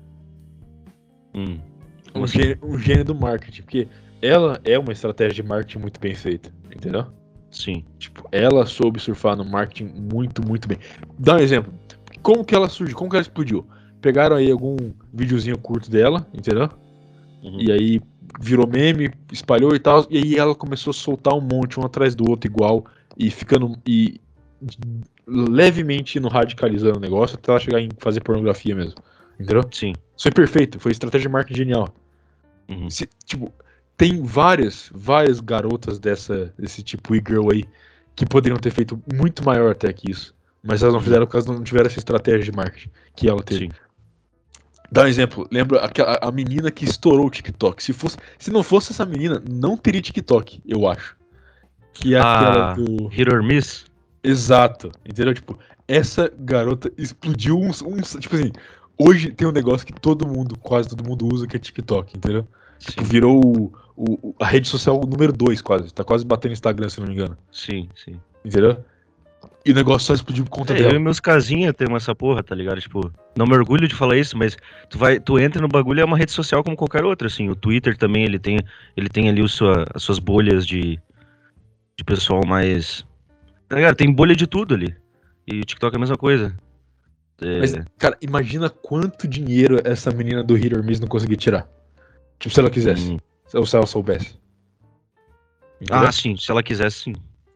Como assim? Um gênio do marketing. Porque ela é uma estratégia de marketing muito bem feita. Entendeu? Sim. Tipo, ela soube surfar no marketing muito, muito bem. Dá um exemplo. Como que ela surgiu? Como que ela explodiu? Pegaram aí algum videozinho curto dela, entendeu? Uhum. E aí virou meme, espalhou e tal. E aí ela começou a soltar um monte, um atrás do outro, igual. E ficando. E levemente no radicalizando o negócio até ela chegar em fazer pornografia mesmo. Entendeu? Sim. Isso foi perfeito. Foi estratégia de marketing genial. Uhum. Tipo, tem várias garotas desse tipo e-girl aí que poderiam ter feito muito maior até que isso. Mas elas não fizeram porque elas não tiveram essa estratégia de marketing que ela teve. Sim. Dá um exemplo. Lembra a menina que estourou o TikTok? Se não fosse essa menina, não teria TikTok, eu acho. Que é aquela do... Hit or Miss? Exato. Entendeu? Tipo, essa garota explodiu tipo assim, hoje tem um negócio que quase todo mundo usa, que é TikTok, entendeu? Tipo, Sim. virou a rede social número 2 quase. Tá quase batendo Instagram, se não me engano. Sim. Entendeu? E o negócio só explodiu por conta Eu dela. e meus casinha temos essa porra, tá ligado? Tipo, não me orgulho de falar isso, mas tu entra no bagulho, é uma rede social como qualquer outra, assim. O Twitter também, ele tem ali as suas bolhas de pessoal mais... Tá ligado? Tem bolha de tudo ali. E o TikTok é a mesma coisa. Mas, cara, imagina quanto dinheiro essa menina do Hit or Miss não conseguia tirar. Tipo, se ela quisesse. Ou se ela soubesse. Entendeu? Sim, se ela quisesse, sim.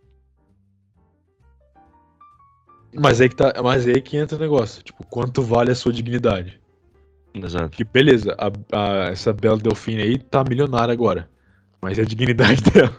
Mas aí que entra o negócio. Tipo, quanto vale a sua dignidade? Exato. Que beleza, essa Belle Delphine aí tá milionária agora. Mas é a dignidade dela.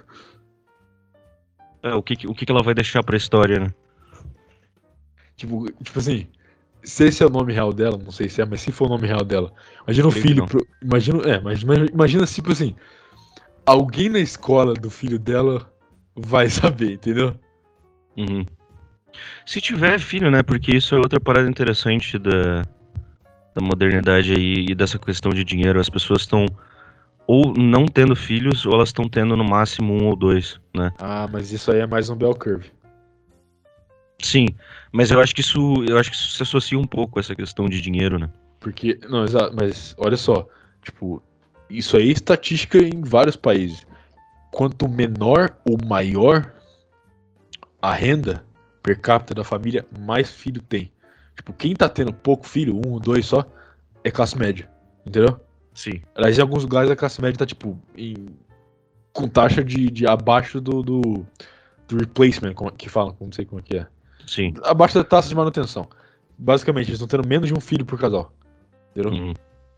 O que ela vai deixar pra história, né? Tipo assim, se esse é o nome real dela, não sei se é, mas se for o nome real dela, imagina o Creio que filho. não. Imagina tipo assim, alguém na escola do filho dela vai saber, entendeu? Uhum. Se tiver filho, né? Porque isso é outra parada interessante da modernidade aí e dessa questão de dinheiro. As pessoas estão ou não tendo filhos, ou elas estão tendo no máximo um ou dois, né? Mas isso aí é mais um bell curve. Sim, mas eu acho que isso se associa um pouco a essa questão de dinheiro, né? Porque, não, exato, mas olha só, tipo, isso aí é estatística em vários países. Quanto menor ou maior a renda per capita da família, mais filho tem. Tipo, quem tá tendo pouco filho, um, dois só, é classe média, entendeu? Sim. Aliás, em alguns lugares a classe média tá, tipo, com taxa de abaixo do replacement, que falam, não sei como é que é. Sim. Abaixo da taxa de manutenção. Basicamente, eles estão tendo menos de um filho por casal. Entendeu? Uhum.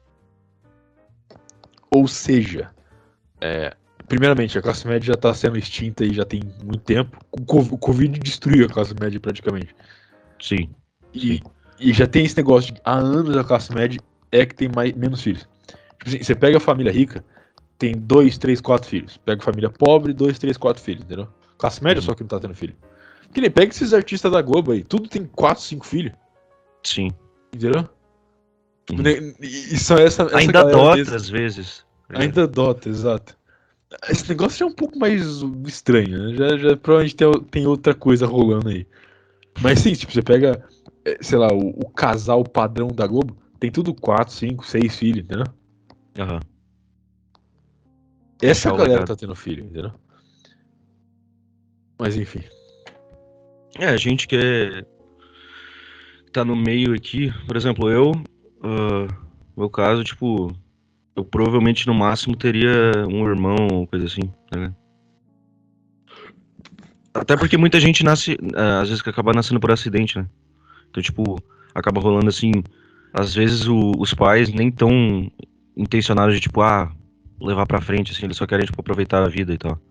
Ou seja, primeiramente, a classe média já está sendo extinta e já tem muito tempo. O Covid destruiu a classe média praticamente. Sim. E já tem esse negócio de há anos a classe média é que tem menos filhos. Tipo assim, você pega a família rica, tem 2, 3, 4 filhos. Pega a família pobre, 2, 3, 4 filhos, entendeu? Classe média só que não tá tendo filho. Que nem pega esses artistas da Globo aí, tudo tem 4, 5 filhos. Sim. Entendeu? Uhum. E só essa Ainda galera dota, mesmo. às vezes. Ainda dota, exato. Esse negócio já é um pouco mais estranho, né? Já provavelmente tem outra coisa rolando aí. Mas sim, tipo, você pega, sei lá, o casal padrão da Globo, tem tudo 4, 5, 6 filhos, entendeu? Aham. Essa Deixar o galera legado. tá tendo filho, entendeu? Mas enfim. A gente tá no meio aqui, por exemplo, eu, meu caso, tipo, eu provavelmente no máximo teria um irmão ou coisa assim, né? Até porque muita gente nasce, às vezes que acaba nascendo por acidente, né? Então, tipo, acaba rolando assim, às vezes os pais nem tão intencionados de, tipo, levar pra frente, assim, eles só querem, tipo, aproveitar a vida e tal.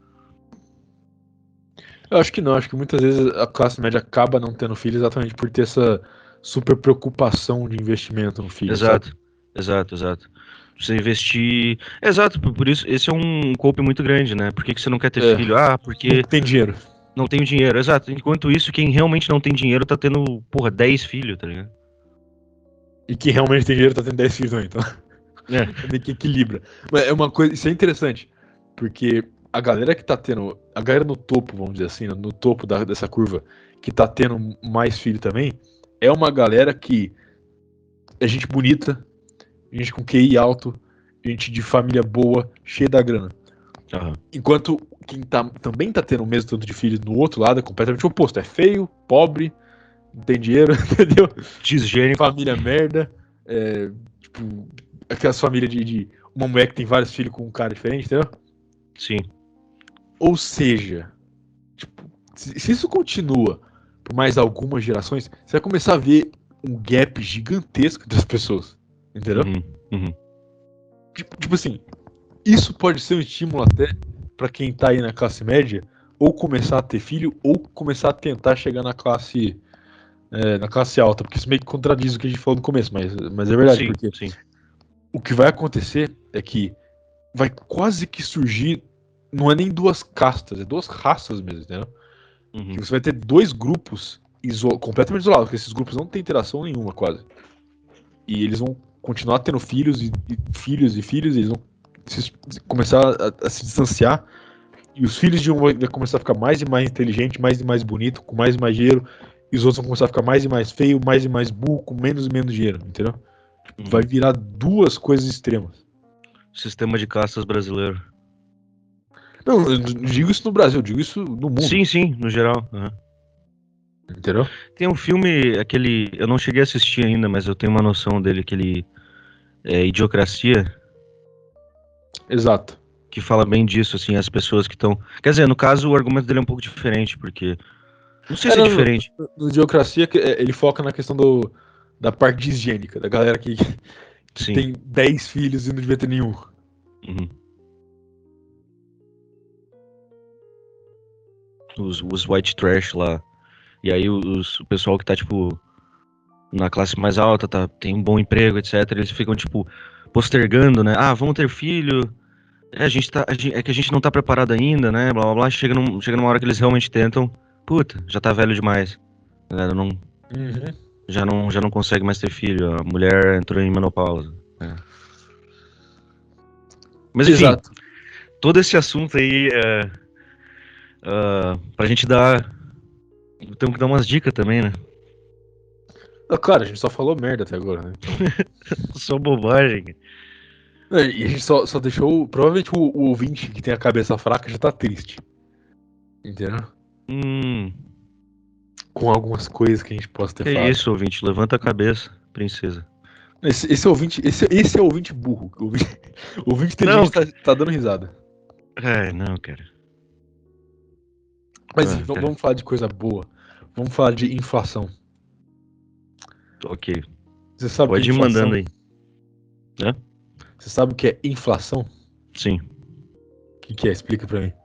Eu acho que não, acho que muitas vezes a classe média acaba não tendo filho exatamente por ter essa super preocupação de investimento no filho, sabe? Exato, exato, exato. Você investir. Exato, por isso, esse é um golpe muito grande, né? Por que que você não quer ter É, filho? não Porque tem dinheiro. não tem dinheiro, exato. Enquanto isso, quem realmente não tem dinheiro tá tendo, porra, 10 filhos, tá ligado? E quem realmente tem dinheiro tá tendo 10 filhos, não, então. É. É meio que equilibra. Mas é uma coisa, isso é interessante, porque a galera que tá tendo, a galera no topo, vamos dizer assim, no topo dessa curva, que tá tendo mais filho também, é uma galera que é gente bonita, gente com QI alto, gente de família boa, cheia da grana. Aham. Enquanto quem também tá tendo o mesmo tanto de filhos no outro lado é completamente o oposto. É feio, pobre, não tem dinheiro, entendeu? Desgênico. Família merda, tipo, aquelas famílias de uma mulher que tem vários filhos com um cara diferente, entendeu? Sim. Ou seja, tipo, se isso continua por mais algumas gerações, você vai começar a ver um gap gigantesco das pessoas, entendeu? Uhum, uhum. Tipo assim, isso pode ser um estímulo até pra quem tá aí na classe média, ou começar a ter filho, ou começar a tentar chegar na classe alta, porque isso meio que contradiz o que a gente falou no começo, mas é verdade, Sim, porque sim. o que vai acontecer é que vai quase que surgir, não é nem duas castas, é duas raças mesmo, entendeu? Uhum. Que você vai ter dois grupos completamente isolados, porque esses grupos não têm interação nenhuma, quase. E eles vão continuar tendo filhos e filhos e filhos, e eles vão começar a se distanciar. E os filhos de um vai começar a ficar mais e mais inteligente, mais e mais bonito, com mais e mais dinheiro. E os outros vão começar a ficar mais e mais burro, com menos e menos dinheiro, entendeu? Uhum. Vai virar duas coisas extremas. Sistema de castas brasileiro. Não, eu não digo isso no Brasil, eu digo isso no mundo. Sim, sim, no geral. Uhum. Entendeu? Tem um filme, aquele. Eu não cheguei a assistir ainda, mas eu tenho uma noção dele, aquele. Idiocracia, Exato. que fala bem disso, assim, as pessoas que estão. Quer dizer, no caso, o argumento dele é um pouco diferente, porque. Não sei se é diferente. No Idiocracia, ele foca na questão da parte higiênica, da galera que Sim. tem 10 filhos e não devia ter nenhum. Uhum. Os white trash lá. E aí o pessoal que tá, tipo, na classe mais alta, tem um bom emprego, etc. Eles ficam, tipo, postergando, né? Vamos ter filho. É que a gente não tá preparado ainda, né? Blá blá blá. Chega numa hora que eles realmente tentam. Puta, já tá velho demais. A galera já não consegue mais ter filho. A mulher entrou em menopausa. É. Mas enfim, Exato. todo esse assunto aí pra gente dar. Temos que dar umas dicas também, né? Claro, a gente só falou merda até agora, né? Só bobagem. E a gente só deixou. Provavelmente o ouvinte que tem a cabeça fraca já tá triste. Entendeu? Hum, Com algumas coisas que a gente possa ter que falado. isso, ouvinte? Levanta a cabeça, princesa. Esse ouvinte. Esse é o ouvinte burro. O ouvinte inteligente tá dando risada. Não, cara. Mas Cara. vamos falar de coisa boa. Vamos falar de inflação. Ok. Você sabe Pode o que é ir inflação? mandando aí. Hã? Você sabe o que é inflação? Sim. O que é? Explica pra mim.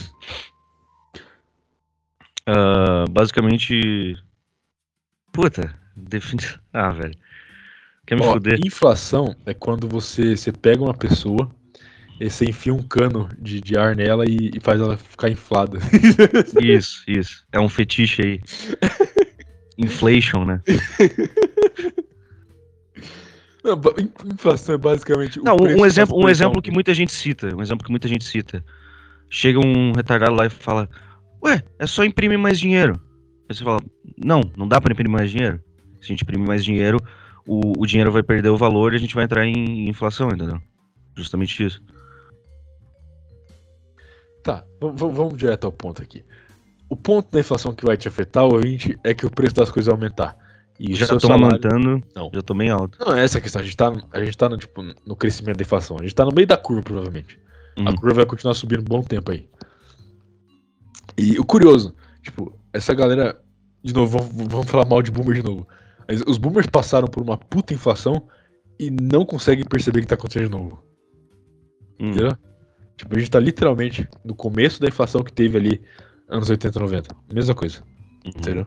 Basicamente. Puta, define. Velho. Quer me Ó, fuder? inflação é quando você pega uma pessoa e você enfia um cano de ar nela e faz ela ficar inflada. Isso. É um fetiche aí. Inflation, né? Não, inflação é basicamente o Não, preço um das exemplo, um coisas exemplo que aumentando. muita gente cita. Um exemplo que muita gente cita. Chega um retardado lá e fala: Ué, é só imprimir mais dinheiro. Aí você fala: não dá pra imprimir mais dinheiro. Se a gente imprimir mais dinheiro, o dinheiro vai perder o valor e a gente vai entrar em inflação, entendeu? Justamente isso. Tá, vamos direto ao ponto aqui. O ponto da inflação que vai te afetar, ouvinte, é que o preço das coisas vai aumentar. E o Já seu tô salário... aumentando, Não. já tô bem alto. Não, é essa a questão. A gente tá no, tipo, no crescimento da inflação. A gente tá no meio da curva, provavelmente. A Uhum. curva vai continuar subindo um bom tempo aí. E o curioso, tipo, essa galera... De novo, vamos falar mal de boomer de novo. Mas os boomers passaram por uma puta inflação e não conseguem perceber que tá acontecendo de novo. Entendeu? Tipo, a gente tá literalmente no começo da inflação que teve ali anos 80, 90. Mesma coisa. Entendeu?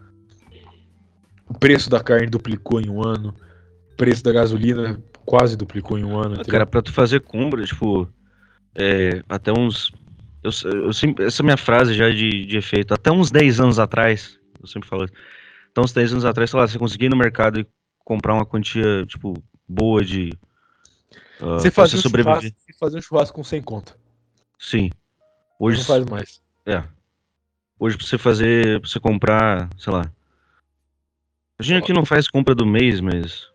O preço da carne duplicou em um ano. O preço da gasolina quase duplicou em um ano. Entendeu? Cara, pra tu fazer compra, tipo, até uns. Eu sempre, essa minha frase já de efeito, até uns 10 anos atrás, eu sempre falo isso. Até uns 10 anos atrás, sei lá, você conseguia ir no mercado e comprar uma quantia, tipo, boa de. Você Pra fazia você sobreviver. um churrasco com 100 conto. Sim. Hoje Hoje. não faz mais. Hoje pra você fazer. Pra você comprar, sei lá. A gente aqui não faz compra do mês, mas.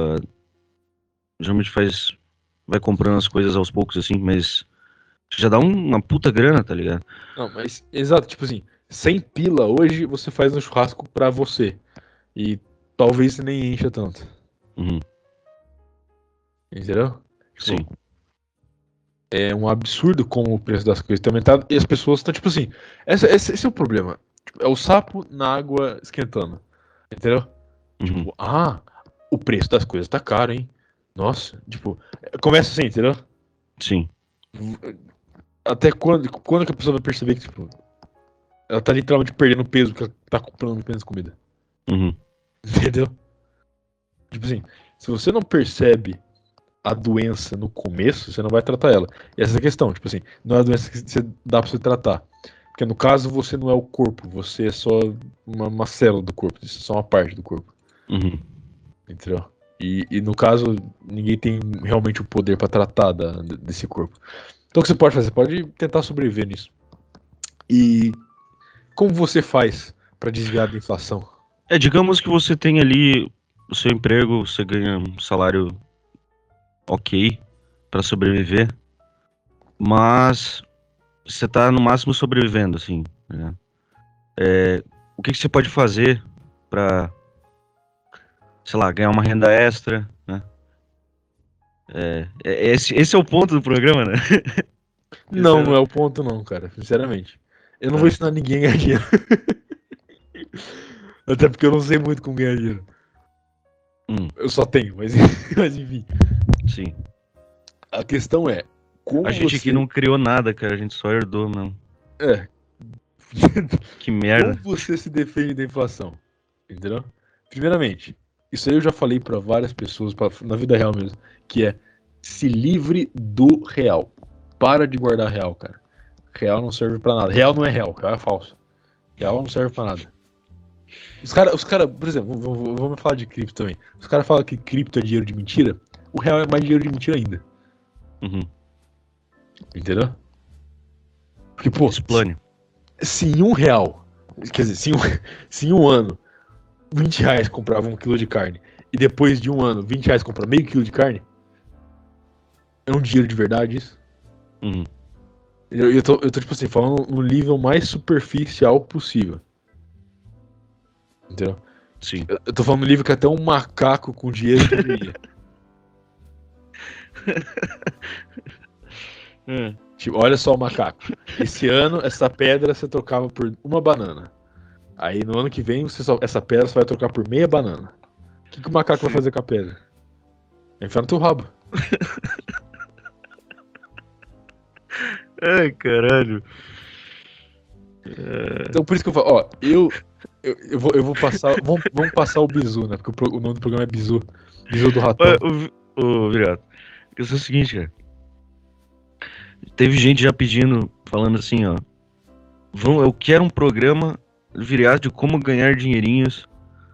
Geralmente faz. Vai comprando as coisas aos poucos, assim, mas. Já dá uma puta grana, tá ligado? Não, mas exato, tipo assim, 100 pila hoje você faz um churrasco pra você. E talvez você nem encha tanto. Uhum. Entendeu? Sim. É um absurdo como o preço das coisas tem aumentado e as pessoas estão, tipo assim, esse é o problema. Tipo, é o sapo na água esquentando. Entendeu? Uhum. Tipo, o preço das coisas tá caro, hein? Nossa, tipo, começa assim, entendeu? Sim. Até quando que a pessoa vai perceber que, tipo, ela tá literalmente perdendo peso porque ela tá comprando apenas comida. Uhum. Entendeu? Tipo assim, se você não percebe a doença no começo, você não vai tratar ela. E essa é a questão, tipo assim, não é a doença que você dá pra você tratar. Porque no caso você não é o corpo, você é só uma célula do corpo, isso é só uma parte do corpo. Uhum. Entendeu? E no caso, ninguém tem realmente o poder pra tratar desse corpo. Então o que você pode fazer? Você pode tentar sobreviver nisso. E como você faz pra desviar da inflação? Digamos que você tem ali o seu emprego, você ganha um salário ok pra sobreviver, mas você tá no máximo sobrevivendo, assim, né? O que você pode fazer pra, sei lá, ganhar uma renda extra, né? Esse é o ponto do programa, né? Não, não é o ponto não, cara, sinceramente. Eu não vou ensinar ninguém a ganhar dinheiro. Até porque eu não sei muito como ganhar dinheiro. Eu só tenho, mas enfim. Sim. A questão é, como A gente você... aqui não criou nada, cara, a gente só herdou, não. É. Que merda. Como você se defende da inflação? Entendeu? Primeiramente, isso aí eu já falei pra várias pessoas, na vida real mesmo, que é se livre do real. Para de guardar real, cara. Real não serve pra nada. Real não é real, real é falso. Real não serve pra nada. Os cara, por exemplo, vamos falar de cripto também. Os caras falam que cripto é dinheiro de mentira. O real é mais dinheiro de mentira ainda. Uhum. Entendeu? Porque, pô, Explane. se em R$1, quer dizer, se em um ano R$20 comprava 1 quilo de carne e depois de um ano R$20 compra meio quilo de carne, é um dinheiro de verdade isso? Uhum. Eu tô tipo assim, falando no nível mais superficial possível. Entendeu? Sim. Eu tô falando no nível que até um macaco com dinheiro poderia. Tipo, olha só o macaco. Esse ano, essa pedra você trocava por uma banana. Aí no ano que vem, essa pedra você vai trocar por meia banana. O que o macaco vai fazer com a pedra? Vai enfiar no teu rabo. Ai, caralho. Então por isso que eu falo, ó, eu vou passar. Vamos passar o bizu, né? Porque o nome do programa é bizu. Bizu do ratão. Ô, Virato, eu sou o seguinte, cara. Teve gente já pedindo, falando assim, ó. Eu quero um programa virado de como ganhar dinheirinhos.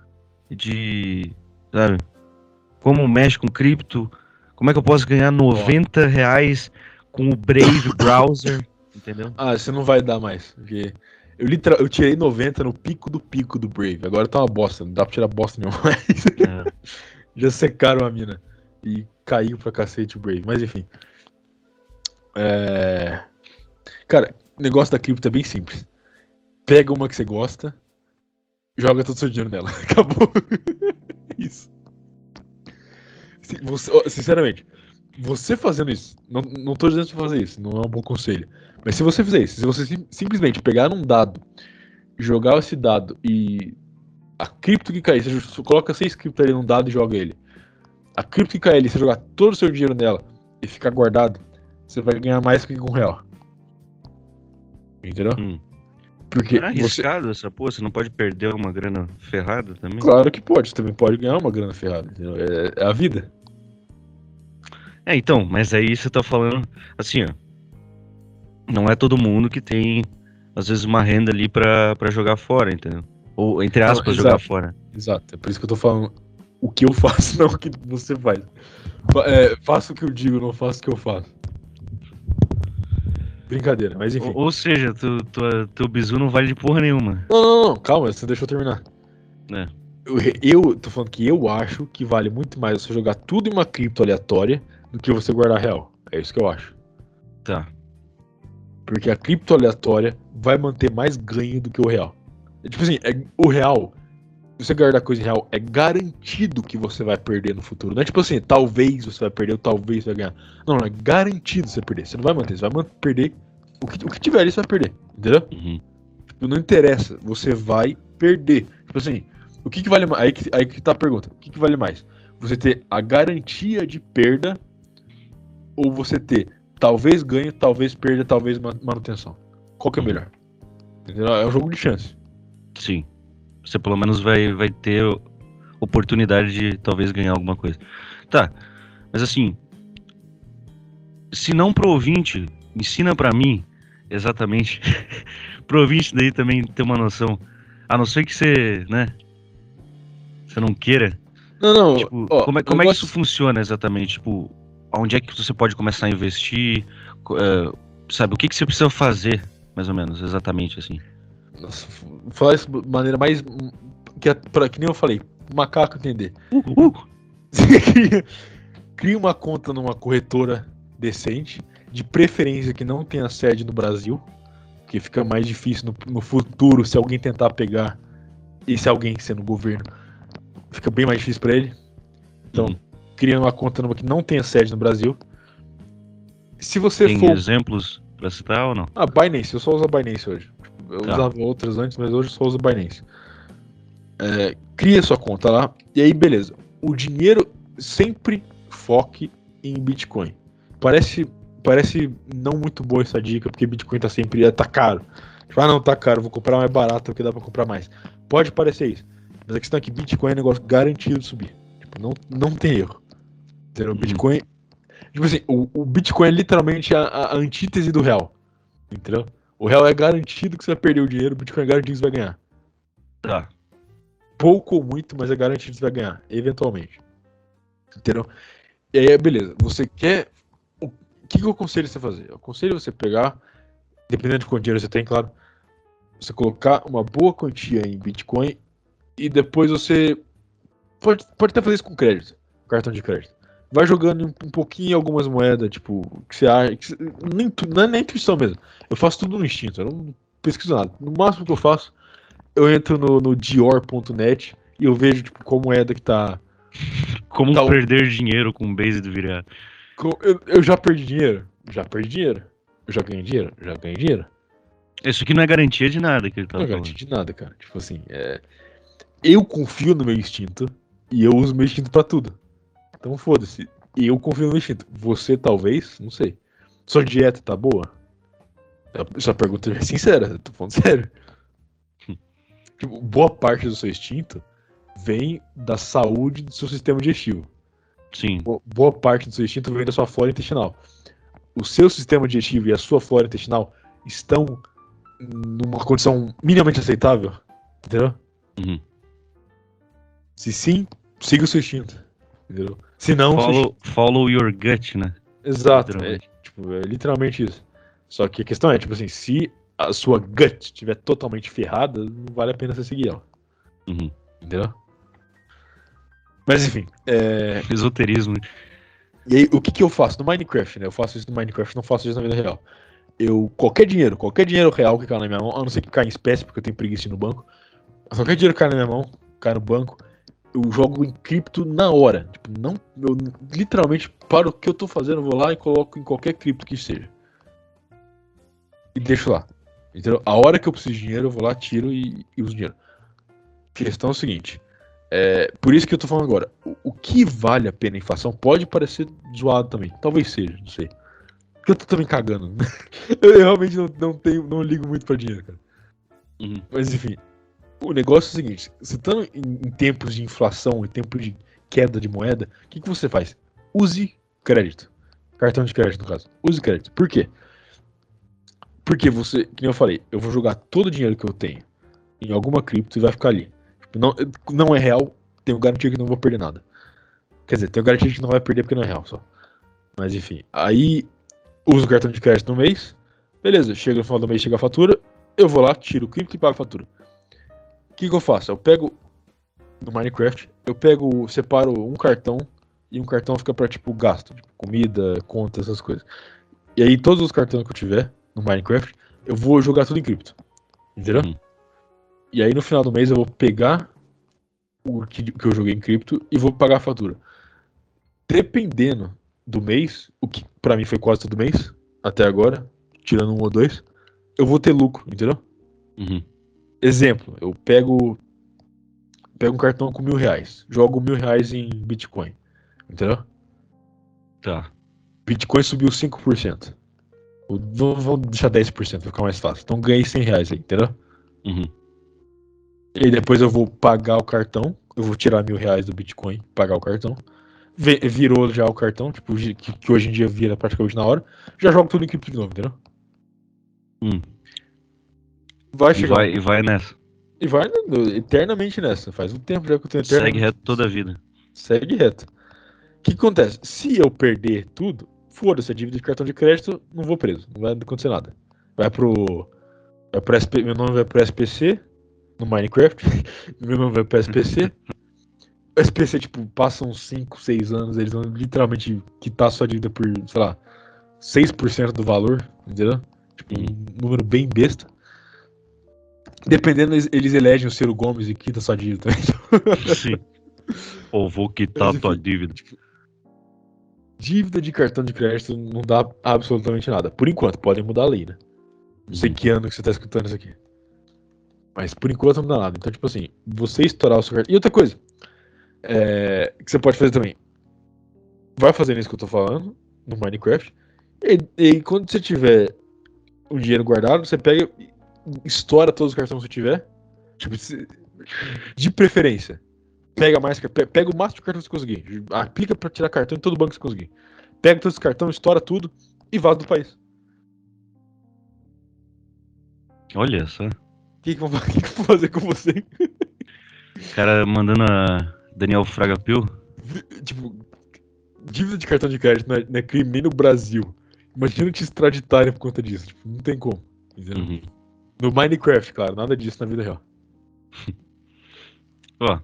Sabe? Como mexe com cripto. Como é que eu posso ganhar R$90 com o Brave Browser? Entendeu? Você não vai dar mais. Porque eu tirei 90 no pico do Brave. Agora tá uma bosta. Não dá pra tirar bosta nenhuma mais. Já secaram a mina. E caiu pra cacete o Brave. Mas enfim. Cara, o negócio da cripto é bem simples. Pega uma que você gosta, joga todo o seu dinheiro nela. Acabou. Isso. Sinceramente, você fazendo isso, não tô dizendo pra fazer isso, não é um bom conselho. Mas se você fizer isso, se você simplesmente pegar um dado, jogar esse dado e a cripto que cair, você coloca 6 criptos ali num dado e joga ele. A cripto que cair ali, você jogar todo o seu dinheiro nela e ficar guardado, você vai ganhar mais que com R$1. Entendeu? Porque É arriscado essa porra, você não pode perder uma grana ferrada também? Claro que pode, você também pode ganhar uma grana ferrada, entendeu? É a vida. Então, mas aí você tá falando, assim, ó, não é todo mundo que tem, às vezes, uma renda ali pra jogar fora, entendeu? Ou, entre aspas, jogar fora. Exato, é por isso que eu tô falando o que eu faço, não o que você faz. Faço o que eu digo, não faço o que eu faço. Brincadeira, mas enfim. Ou seja, teu bizu não vale de porra nenhuma. Não, calma, você deixou eu terminar. É. Eu tô falando que eu acho que vale muito mais você jogar tudo em uma cripto aleatória do que você guardar real. É isso que eu acho. Tá. Porque a cripto aleatória vai manter mais ganho do que o real. Tipo assim, o real, se você guardar coisa em real, é garantido que você vai perder no futuro. Não é tipo assim, talvez você vai perder ou talvez você vai ganhar. Não, é garantido você perder. Você não vai manter, você vai perder. O que tiver ali, você vai perder. Entendeu? Uhum. Tipo, não interessa, você vai perder. Tipo assim, o que vale mais? Aí que tá a pergunta. O que vale mais? Você ter a garantia de perda ou você ter talvez ganho, talvez perda, talvez manutenção? Qual que é melhor? Entendeu? É um jogo de chance. Sim. Você pelo menos vai ter oportunidade de talvez ganhar alguma coisa. Tá, mas assim, se não pro ouvinte, ensina pra mim exatamente. Pro ouvinte daí também ter uma noção. A não ser que você, né, você não queira. Não, Tipo, ó, como é que isso funciona exatamente? Tipo, onde é que você pode começar a investir? Sabe, o que você precisa fazer, mais ou menos, exatamente assim? Nossa, falar isso de maneira mais. Que nem eu falei, o macaco entender. Cria uma conta numa corretora decente, de preferência que não tenha sede no Brasil, porque fica mais difícil no futuro se alguém tentar pegar, e se alguém sendo governo, fica bem mais difícil pra ele. Então, cria uma conta numa que não tenha sede no Brasil. Se você Tem for. exemplos pra citar ou não? Binance, eu só uso a Binance hoje. Eu Tá. usava outras antes, mas hoje eu só uso a Binance. Cria sua conta lá, e aí beleza. O dinheiro sempre foque em Bitcoin. Parece não muito boa essa dica, porque Bitcoin tá caro. Tipo, não, tá caro, vou comprar mais barato porque dá pra comprar mais. Pode parecer isso, mas a questão é que Bitcoin é um negócio garantido de subir. Tipo, não tem erro. Entendeu? Bitcoin. Tipo assim, o Bitcoin é literalmente a antítese do real. Entendeu? O real é garantido que você vai perder o dinheiro, o Bitcoin é garantido que você vai ganhar. Tá. Pouco ou muito, mas é garantido que você vai ganhar, eventualmente. Entendeu? E aí, beleza. Você quer. O que eu aconselho você fazer? Eu aconselho você pegar, dependendo de quanto dinheiro você tem, claro, você colocar uma boa quantia em Bitcoin e depois você. Pode até fazer isso com crédito, cartão de crédito. Vai jogando um pouquinho em algumas moedas, tipo, que você acha. Não é nem intuição mesmo. Eu faço tudo no instinto, eu não pesquiso nada. No máximo que eu faço, eu entro no Dior.net e eu vejo, tipo, qual moeda que tá. Como perder dinheiro com base de virada? Eu já perdi dinheiro? Já perdi dinheiro. Eu já ganhei dinheiro? Já ganhei dinheiro. Isso aqui não é garantia de nada que ele tá Não é falando. garantia de nada, cara. Tipo assim, eu confio no meu instinto e eu uso meu instinto pra tudo. Então foda-se. E eu confio no meu instinto. Você talvez, não sei. Sua dieta tá boa? Sua pergunta é sincera, eu tô falando sério. Tipo, boa parte do seu instinto vem da saúde do seu sistema digestivo. Sim. Boa parte do seu instinto vem da sua flora intestinal. O seu sistema digestivo e a sua flora intestinal estão numa condição minimamente aceitável? Entendeu? Uhum. Se sim, siga o seu instinto. Entendeu? Se não, follow your gut, né? Exato. Literalmente. É literalmente isso. Só que a questão é, tipo assim, se a sua gut estiver totalmente ferrada, não vale a pena você seguir ela. Uhum. Entendeu? Mas enfim. Esoterismo. E aí, o que eu faço no Minecraft, né? Eu faço isso no Minecraft, não faço isso na vida real. Qualquer dinheiro real que cai na minha mão, a não ser que caia em espécie, porque eu tenho preguiça de ir no banco, Qualquer dinheiro cai na minha mão, cai no banco, eu jogo em cripto na hora. Tipo, não, eu literalmente paro o que eu tô fazendo, eu vou lá e coloco em qualquer cripto que seja. E deixo lá. Entendeu? A hora que eu preciso de dinheiro, eu vou lá, tiro e uso dinheiro. A questão é o seguinte. Por isso que eu tô falando agora. O que vale a pena a inflação pode parecer zoado também. Talvez seja, não sei. Porque eu tô também cagando. Eu realmente não ligo muito pra dinheiro, cara. Uhum. Mas enfim. O negócio é o seguinte, você tá em tempos de inflação, em tempos de queda de moeda, o que você faz? Use crédito. Cartão de crédito, no caso. Use crédito. Por quê? Porque você, que nem eu falei, eu vou jogar todo o dinheiro que eu tenho em alguma cripto e vai ficar ali. Não é real, tenho garantia que não vou perder nada. Quer dizer, tenho garantia que não vai perder porque não é real só. Mas enfim, aí uso o cartão de crédito no mês, beleza, chega no final do mês, chega a fatura, eu vou lá, tiro o cripto e pago a fatura. O que eu faço? Eu pego no Minecraft, separo um cartão e um cartão fica pra tipo gasto, tipo, comida, conta, essas coisas. E aí todos os cartões que eu tiver no Minecraft, eu vou jogar tudo em cripto. Entendeu? Uhum. E aí no final do mês eu vou pegar o que eu joguei em cripto e vou pagar a fatura. Dependendo do mês, o que pra mim foi quase todo mês, até agora, tirando um ou dois, eu vou ter lucro, entendeu? Uhum. Exemplo, eu pego um cartão com R$1.000, jogo R$1.000 em Bitcoin, entendeu? Tá. Bitcoin subiu 5%. Vamos deixar 10% pra ficar mais fácil. Então ganhei R$100 aí, entendeu? Uhum. E aí depois eu vou pagar o cartão, eu vou tirar R$1.000 do Bitcoin, pagar o cartão. Virou já o cartão, tipo, que hoje em dia vira praticamente na hora. Já jogo tudo em cripto de novo, entendeu? Vai chegar. E vai nessa. E vai eternamente nessa. Faz um tempo já que eu tenho eternamente. Segue reto toda a vida. Segue reto. O que acontece? Se eu perder tudo, foda-se, a dívida de cartão de crédito, não vou preso. Não vai acontecer nada. Meu nome vai pro SPC, no Minecraft. Meu nome vai pro SPC. O SPC, tipo, passam 5, 6 anos, eles vão literalmente quitar sua dívida por, sei lá, 6% do valor, entendeu? Tipo, um número bem besta. Dependendo, eles elegem o Ciro Gomes e quitam sua dívida também. Sim. Ou vou quitar tua dívida. Dívida de cartão de crédito não dá absolutamente nada. Por enquanto, podem mudar a lei, né? Não sei que ano que você tá escutando isso aqui. Mas por enquanto não dá nada. Então, tipo assim, você estourar o seu cartão. E outra coisa, que você pode fazer também. Vai fazendo isso que eu tô falando, no Minecraft. E quando você tiver um dinheiro guardado, você pega e estoura todos os cartões que você tiver. Tipo, de preferência. Pega o máximo de cartão que você conseguir. Aplica pra tirar cartão em todo banco que você conseguir. Pega todos os cartões, estoura tudo e vaza do país. Olha só. O que eu vou fazer com você? O cara mandando a Daniel Fraga Pio. Tipo, dívida de cartão de crédito não é crime nem no Brasil. Imagina te extraditarem por conta disso. Tipo, não tem como. Entendeu? Uhum. No Minecraft, claro, nada disso na vida real. Ó.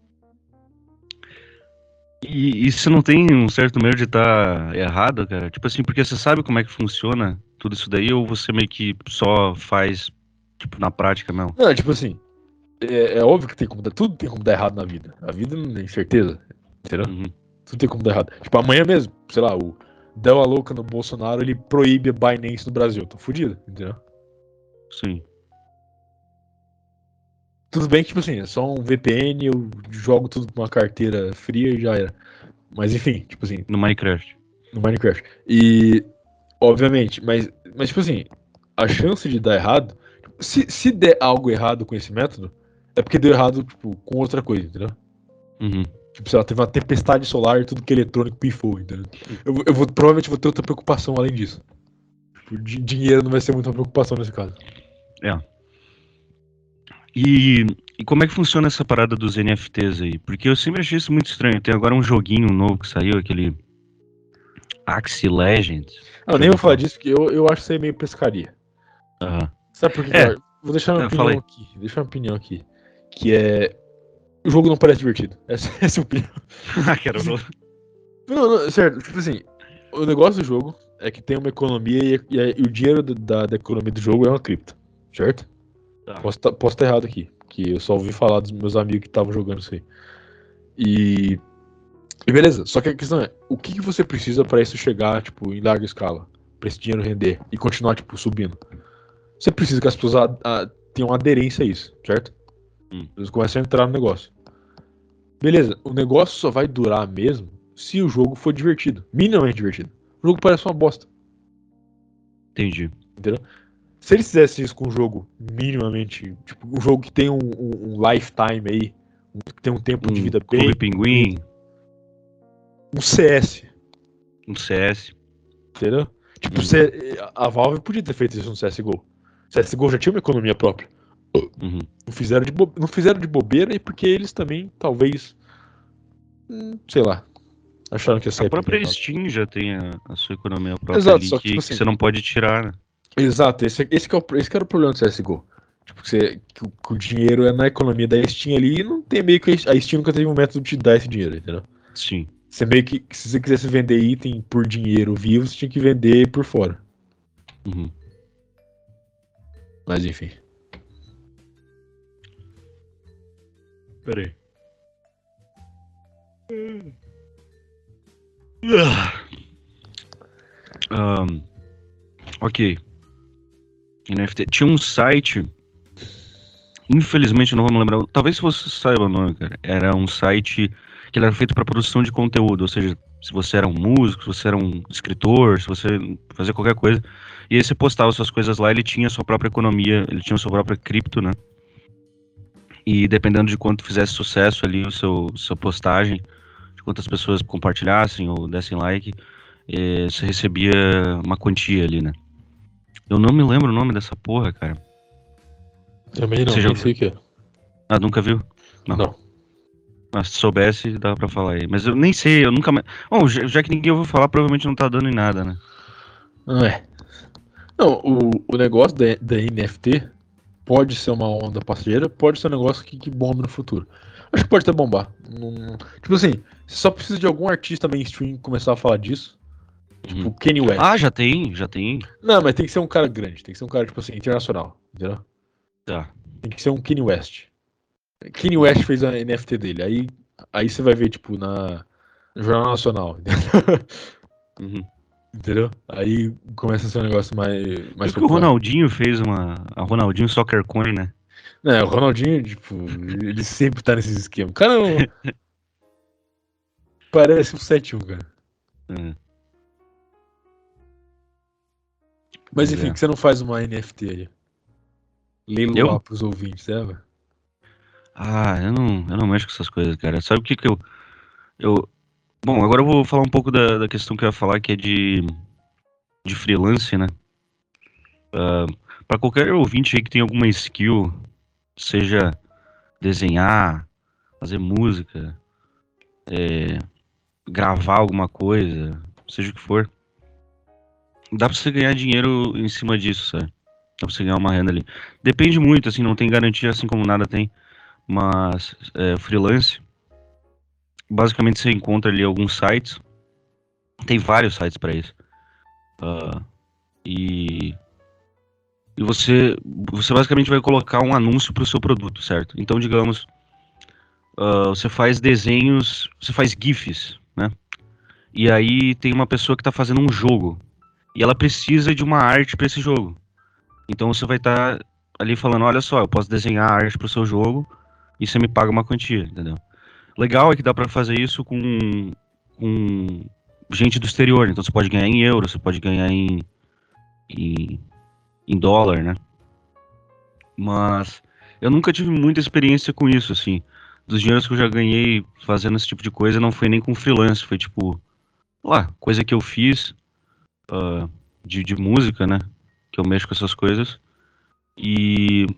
E você não tem um certo medo de estar errado, cara? Tipo assim, porque você sabe como é que funciona tudo isso daí, ou você meio que só faz, tipo, na prática mesmo? Não, tipo assim, é óbvio que tudo tem como dar errado na vida. A vida não tem certeza, entendeu? Uhum. Tudo tem como dar errado. Tipo, amanhã mesmo, sei lá, deu a louca no Bolsonaro, ele proíbe a Binance no Brasil. Tô fudido, entendeu? Sim. Tudo bem que, tipo assim, é só um VPN, eu jogo tudo numa carteira fria e já era. Mas enfim, tipo assim, No Minecraft. no Minecraft. E, obviamente, mas tipo assim, a chance de dar errado, se der algo errado com esse método, é porque deu errado, tipo, com outra coisa, entendeu? Uhum. Tipo, sei lá, teve uma tempestade solar e tudo que é eletrônico pifou, entendeu? Provavelmente vou ter outra preocupação além disso. Tipo, dinheiro não vai ser muita preocupação nesse caso. É. E como é que funciona essa parada dos NFTs aí? Porque eu sempre achei isso muito estranho. Tem agora um joguinho novo que saiu, aquele Axie Legends. Eu nem vou falar disso, porque eu acho isso aí meio pescaria. Aham. Sabe por quê? Vou deixar minha fala aí. opinião aqui. Deixa uma opinião aqui. Que é. O jogo não parece divertido. Essa é a opinião. Quero ver. Não, certo. Tipo assim, o negócio do jogo é que tem uma economia e o dinheiro da economia do jogo é uma cripto. Certo? Tá. Posso estar errado aqui. Que eu só ouvi falar dos meus amigos que estavam jogando isso aí. E beleza, só que a questão é, o que você precisa pra isso chegar, tipo, em larga escala? Pra esse dinheiro render e continuar, tipo, subindo? Você precisa que as pessoas tenham aderência a isso, certo? Eles começam a entrar no negócio. Beleza, o negócio só vai durar mesmo se o jogo for divertido. Minimamente divertido. O jogo parece uma bosta, Entendi. entendeu? Se eles fizessem isso com um jogo minimamente, tipo, um jogo que tem um lifetime aí, que tem um tempo de vida bem... Clube Pinguim, Um CS, um CS. entendeu? Tipo, a Valve podia ter feito isso no CSGO. CSGO já tinha uma economia própria. Uhum. Não fizeram de bobeira e porque eles também, talvez, sei lá, acharam que ia sair. A própria Steam já tem a sua economia própria. Exato, ali, só que, que tipo assim, você não pode tirar, né? Exato, esse que era o problema do CSGO. Tipo, que o dinheiro é na economia da Steam ali e não tem meio que a Steam nunca teve um método de te dar esse dinheiro, entendeu? Sim. Você meio que, se você quisesse vender item por dinheiro vivo, você tinha que vender por fora. Uhum. Mas enfim. Pera aí. Ok. NFT. Tinha um site. Infelizmente eu não vou me lembrar. Talvez você saiba o nome, cara. Era um site que ele era feito para produção de conteúdo. Ou seja, se você era um músico, se você era um escritor, se você fazia qualquer coisa. E aí você postava suas coisas lá, ele tinha sua própria economia, ele tinha sua própria cripto, né? E dependendo de quanto fizesse sucesso ali sua postagem, de quantas pessoas compartilhassem ou dessem like, você recebia uma quantia ali, né? Eu não me lembro o nome dessa porra, cara. Também não, Você já nem sei o que é. Ah, nunca viu? Não. Mas se soubesse, dava pra falar aí. Mas eu nem sei, eu nunca mais... Bom, já que ninguém ouviu falar, provavelmente não tá dando em nada, né? Não é. Não, o negócio da NFT pode ser uma onda passageira, pode ser um negócio que bomba no futuro. Acho que pode até bombar. Tipo assim, você só precisa de algum artista mainstream começar a falar disso. Tipo, Kanye West. Ah, já tem. Não, mas tem que ser um cara grande, tem que ser um cara, tipo assim, internacional, entendeu? Tá. Tem que ser um Kanye West. Kanye West fez a NFT dele, aí você vai ver, tipo, no Jornal Nacional, entendeu? Uhum. Entendeu? Aí começa a ser um negócio mais Porque o Ronaldinho fez a Ronaldinho Soccer Coin, né? Não, o Ronaldinho, tipo, ele sempre tá nesses esquemas. O cara parece um 7-1, cara. É. Mas enfim, que você não faz uma NFT aí? Leiloar Eu? pros ouvintes, é, velho? Ah, eu não mexo com essas coisas, cara. Sabe o que eu... Bom, agora eu vou falar um pouco da questão que eu ia falar, que é de freelance, né? Pra qualquer ouvinte aí que tem alguma skill, seja desenhar, fazer música, gravar alguma coisa, seja o que for, dá pra você ganhar dinheiro em cima disso, sabe? Dá pra você ganhar uma renda ali. Depende muito, assim, não tem garantia, assim como nada tem, mas freelance, basicamente você encontra ali alguns sites, tem vários sites pra isso, e você basicamente vai colocar um anúncio pro seu produto, certo? Então, digamos, você faz desenhos, você faz GIFs, né? E aí tem uma pessoa que tá fazendo um jogo, e ela precisa de uma arte para esse jogo. Então você vai estar ali falando, olha só, eu posso desenhar a arte pro seu jogo e você me paga uma quantia, entendeu? Legal é que dá para fazer isso com gente do exterior, então você pode ganhar em euro, você pode ganhar em dólar, né? Mas eu nunca tive muita experiência com isso, assim. Dos dinheiros que eu já ganhei fazendo esse tipo de coisa, não foi nem com freelance, foi tipo, coisa que eu fiz de música, né? Que eu mexo com essas coisas. E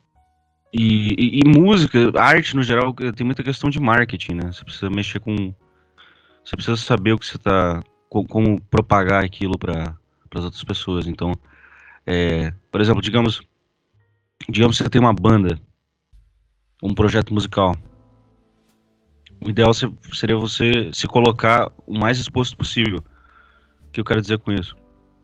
música, arte no geral, tem muita questão de marketing, né? Você precisa mexer com. Você precisa saber o que você tá. Como propagar aquilo para as outras pessoas. Então, por exemplo, digamos que você tem uma banda, um projeto musical. O ideal seria você se colocar o mais exposto possível. O que eu quero dizer com isso?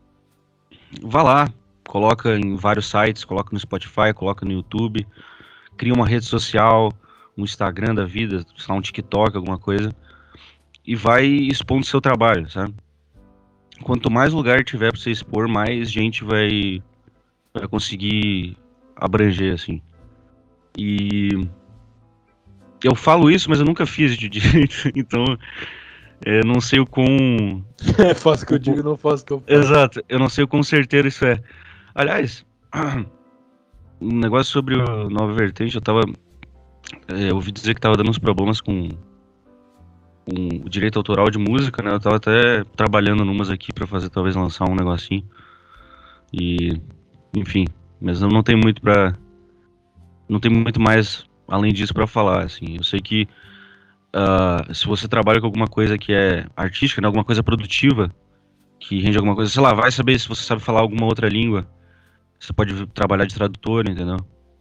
Vá lá, coloca em vários sites, coloca no Spotify, coloca no YouTube, cria uma rede social, um Instagram da vida, sei lá, um TikTok, alguma coisa, e vai expondo seu trabalho, sabe? Quanto mais lugar tiver pra você expor, mais gente vai conseguir abranger, assim. E eu falo isso, mas eu nunca fiz de direito, então não sei o quão... Faço o que eu digo e não faço o que eu faço. Exato, eu não sei o quão certeiro isso é. Aliás, um negócio sobre o Nova Vertente, eu ouvi dizer que tava dando uns problemas com o direito autoral de música, né? Eu tava até trabalhando numas aqui pra fazer, talvez, lançar um negocinho. E, enfim, mas eu não tenho muito não tem muito mais além disso pra falar, assim. Eu sei que se você trabalha com alguma coisa que é artística, né, alguma coisa produtiva, que rende alguma coisa, sei lá, vai saber se você sabe falar alguma outra língua, você pode trabalhar de tradutor, entendeu?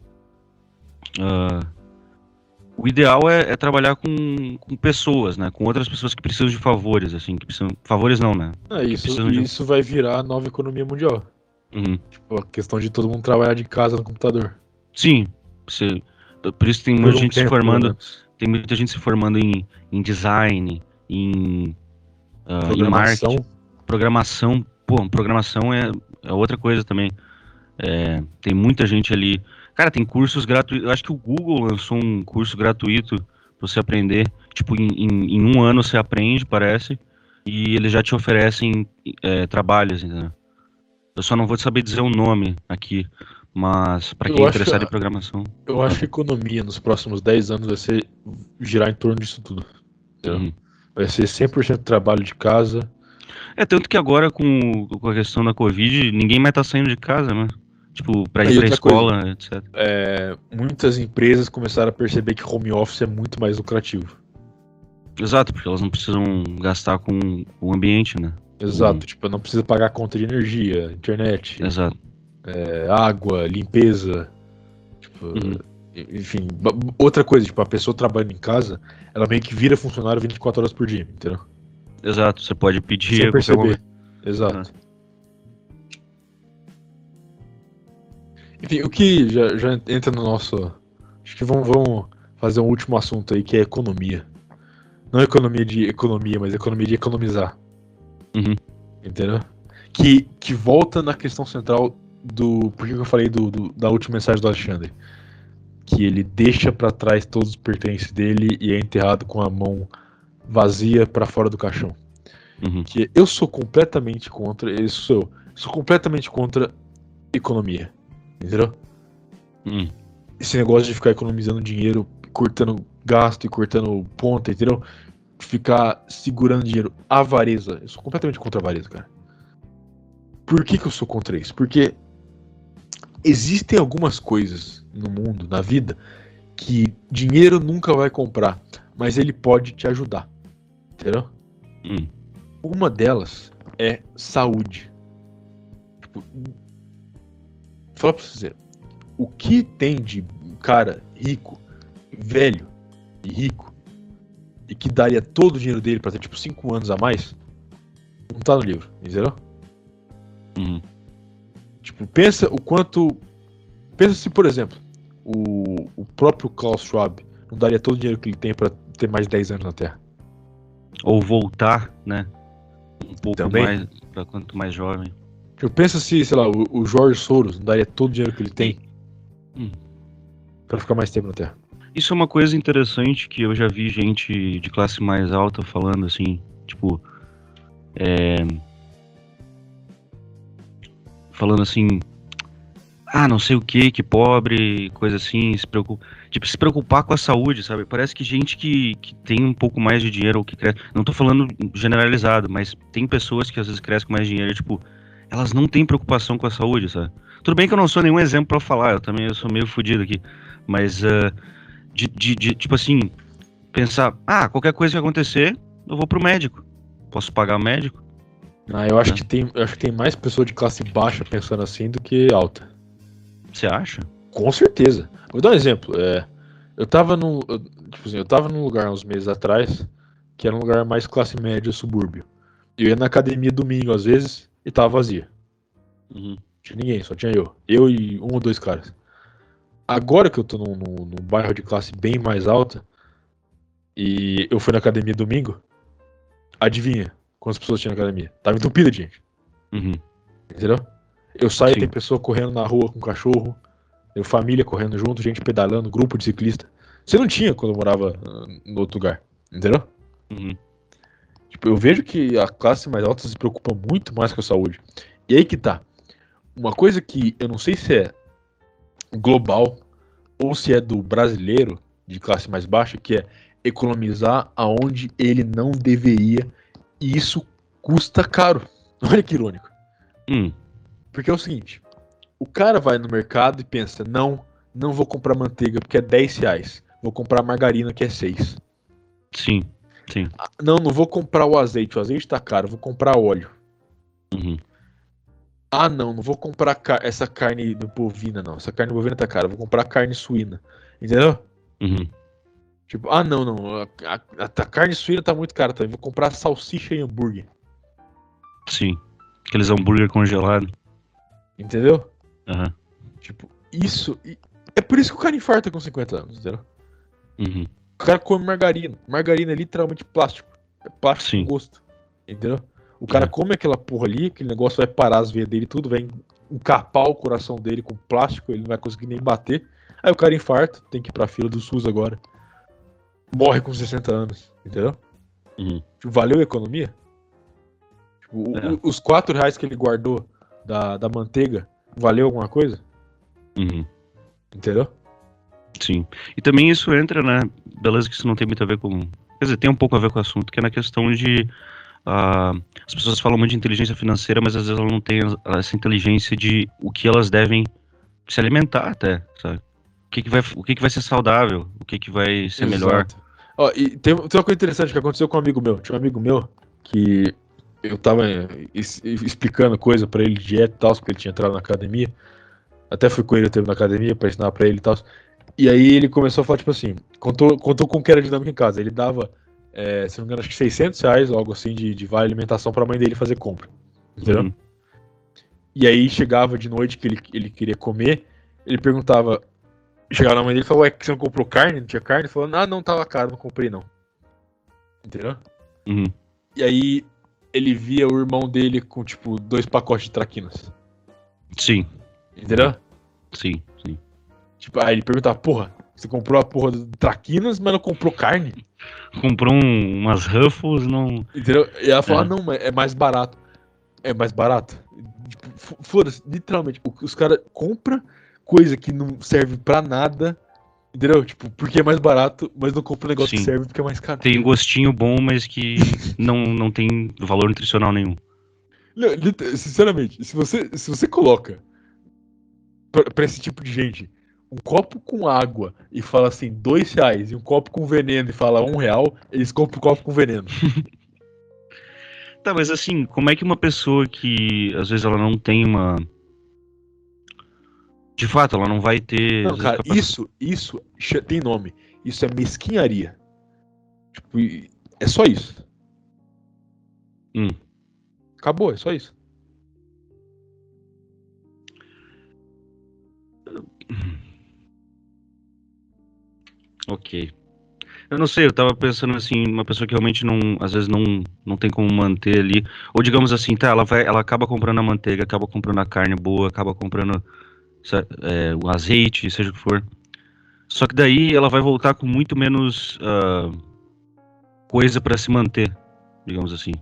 O ideal é trabalhar com pessoas, né, com outras pessoas que precisam de favores, assim, que precisam... Favores não, né? Isso vai virar a nova economia mundial. Uhum. Tipo, a questão de todo mundo trabalhar de casa no computador. Sim, por isso tem muita gente se formando... Né? Tem muita gente se formando em design, em Programação. marketing, programação. Pô, programação é outra coisa também. Tem muita gente ali. Cara, tem cursos gratuitos. Eu acho que o Google lançou um curso gratuito pra você aprender. Tipo, em um ano você aprende, parece. E eles já te oferecem trabalhos, entendeu? Eu só não vou saber dizer o nome aqui. Mas pra quem é interessado em programação. Eu acho que a economia nos próximos 10 anos vai girar em torno disso tudo. Uhum. Vai ser 100% trabalho de casa. Tanto que agora com a questão da Covid, ninguém mais tá saindo de casa, né? Tipo, pra ir pra escola, etc. Muitas empresas começaram a perceber que home office é muito mais lucrativo. Exato, porque elas não precisam gastar com o ambiente, né? Exato, tipo, não precisa pagar conta de energia, internet. Exato. Água, limpeza, tipo, enfim, outra coisa, tipo, a pessoa trabalhando em casa, ela meio que vira funcionário 24 horas por dia, entendeu? Exato, você pode pedir sem a perceber. qualquer momento. Exato. Enfim, o que já entra no nosso... Acho que vamos fazer um último assunto aí, que é economia. Não economia de economia, mas economia de economizar. Uhum. Entendeu? Que volta na questão central por que eu falei da última mensagem do Alexandre, que ele deixa pra trás todos os pertences dele e é enterrado com a mão vazia pra fora do caixão. Uhum. Que eu sou completamente contra, sou completamente contra economia, entendeu? Esse negócio de ficar economizando dinheiro, cortando gasto e cortando ponta, entendeu? Ficar segurando dinheiro, avareza, eu sou completamente contra a avareza, cara. Por que eu sou contra isso? Porque existem algumas coisas no mundo, na vida, que dinheiro nunca vai comprar, mas ele pode te ajudar. Entendeu? Uma delas é saúde. Tipo, fala pra você, o que tem de cara rico, velho e rico, e que daria todo o dinheiro dele pra ter tipo 5 anos a mais, não tá no livro, entendeu? Tipo, pensa o quanto. Pensa se, por exemplo, o próprio Klaus Schwab não daria todo o dinheiro que ele tem pra ter mais 10 anos na Terra. Ou voltar, né? Um pouco Também. mais, pra quanto mais jovem. Eu penso se, sei lá, o George Soros não daria todo o dinheiro que ele tem pra ficar mais tempo na Terra. Isso é uma coisa interessante que eu já vi gente de classe mais alta falando assim, tipo, falando assim, não sei o que pobre, coisa assim, se preocupar com a saúde, sabe? Parece que gente que tem um pouco mais de dinheiro ou que cresce, não tô falando generalizado, mas tem pessoas que às vezes crescem com mais dinheiro, tipo, elas não têm preocupação com a saúde, sabe? Tudo bem que eu não sou nenhum exemplo pra falar, eu sou meio fodido aqui, mas tipo assim, pensar, qualquer coisa que acontecer, eu vou pro médico, posso pagar o médico? Eu acho que tem mais pessoas de classe baixa pensando assim do que alta. Você acha? Com certeza. Vou dar um exemplo. Eu tava num lugar uns meses atrás que era um lugar mais classe média, subúrbio. Eu ia na academia domingo às vezes e tava vazia. Não tinha ninguém, só tinha eu. Eu e 1 ou 2 caras. agora que eu tô num bairro de classe bem mais alta, e eu fui na academia domingo, adivinha quantas pessoas tinha na academia? Tava entupida de gente, Uhum. entendeu? Eu saio, Sim. tem pessoa correndo na rua com cachorro, eu família correndo junto, gente pedalando, grupo de ciclista. Você não tinha quando eu morava no outro lugar, entendeu? Uhum. Tipo, eu vejo que a classe mais alta se preocupa muito mais com a saúde. E aí que tá. Uma coisa que eu não sei se é global ou se é do brasileiro de classe mais baixa, que é economizar aonde ele não deveria, e isso custa caro. Olha que irônico. Porque é o seguinte, o cara vai no mercado e pensa, não vou comprar manteiga porque é 10 reais, vou comprar margarina que é 6. Sim. Sim. Não vou comprar o azeite tá caro, vou comprar óleo. Uhum. Não vou comprar essa carne bovina, não. Essa carne bovina tá cara, vou comprar carne suína. Entendeu? Uhum. Tipo, não. A carne suína tá muito cara também. Vou comprar salsicha e hambúrguer. Sim. Aqueles hambúrguer congelados. Entendeu? Aham. Tipo, isso. É por isso que o cara infarta com 50 anos, entendeu? Uhum. O cara come margarina. Margarina é literalmente plástico. É plástico Sim. com gosto. Entendeu? O cara come aquela porra ali, aquele negócio vai parar as veias dele tudo, vai encapar o coração dele com plástico, ele não vai conseguir nem bater. Aí o cara infarta, tem que ir pra fila do SUS agora. Morre com 60 anos, entendeu? Uhum. Tipo, valeu a economia? Tipo, os 4 reais que ele guardou da manteiga, valeu alguma coisa? Uhum. Entendeu? Sim. E também isso entra, né? Beleza que isso não tem muito a ver com... Quer dizer, tem um pouco a ver com o assunto, que é na questão de... as pessoas falam muito de inteligência financeira, mas às vezes elas não têm essa inteligência de o que elas devem se alimentar até, sabe? O que vai ser saudável, o que vai ser melhor. Ó, e tem uma coisa interessante que aconteceu com um amigo meu. Tinha um amigo meu que eu tava explicando coisa pra ele de dieta e tal, porque ele tinha entrado na academia. Até fui com ele, eu teve na academia pra ensinar pra ele e tal. E aí ele começou a falar, tipo assim, contou como que era a dinâmica em casa. Ele dava, se não me engano, acho que 600 reais, algo assim, de vale alimentação pra mãe dele fazer compra. Entendeu? Uhum. E aí chegava de noite que ele queria comer, ele perguntava, chegava na mãe dele e falava, ué, que você não comprou carne? Não tinha carne? Ele falou, não, tava caro, não comprei não. Entendeu? Uhum. E aí ele via o irmão dele com, tipo, 2 pacotes de traquinas. Sim. Entendeu? Sim. Tipo, aí ele perguntava, porra, você comprou a porra do traquinas, mas não comprou carne? Comprou umas Ruffles, não... Entendeu? E ela falou, não, mas é mais barato. É mais barato? Tipo, foda-se, literalmente, os caras compram coisa que não serve pra nada, entendeu? Tipo, porque é mais barato, mas não compra um negócio que serve porque é mais caro. Tem gostinho bom, mas que não tem valor nutricional nenhum. Não, sinceramente, se você coloca pra esse tipo de gente um copo com água e fala assim, 2 reais, e um copo com veneno e fala 1 real, eles compram o copo com veneno. Tá, mas assim, como é que uma pessoa que às vezes ela não tem uma... De fato, ela não vai ter... Não, cara, isso tem nome. Isso é mesquinharia. Tipo, é só isso. Acabou, é só isso. Ok. Eu não sei, eu tava pensando assim, uma pessoa que realmente não, às vezes não tem como manter ali, ou digamos assim, tá, ela acaba comprando a manteiga, acaba comprando a carne boa, acaba comprando o azeite, seja o que for. Só que daí ela vai voltar com muito menos coisa pra se manter, digamos assim.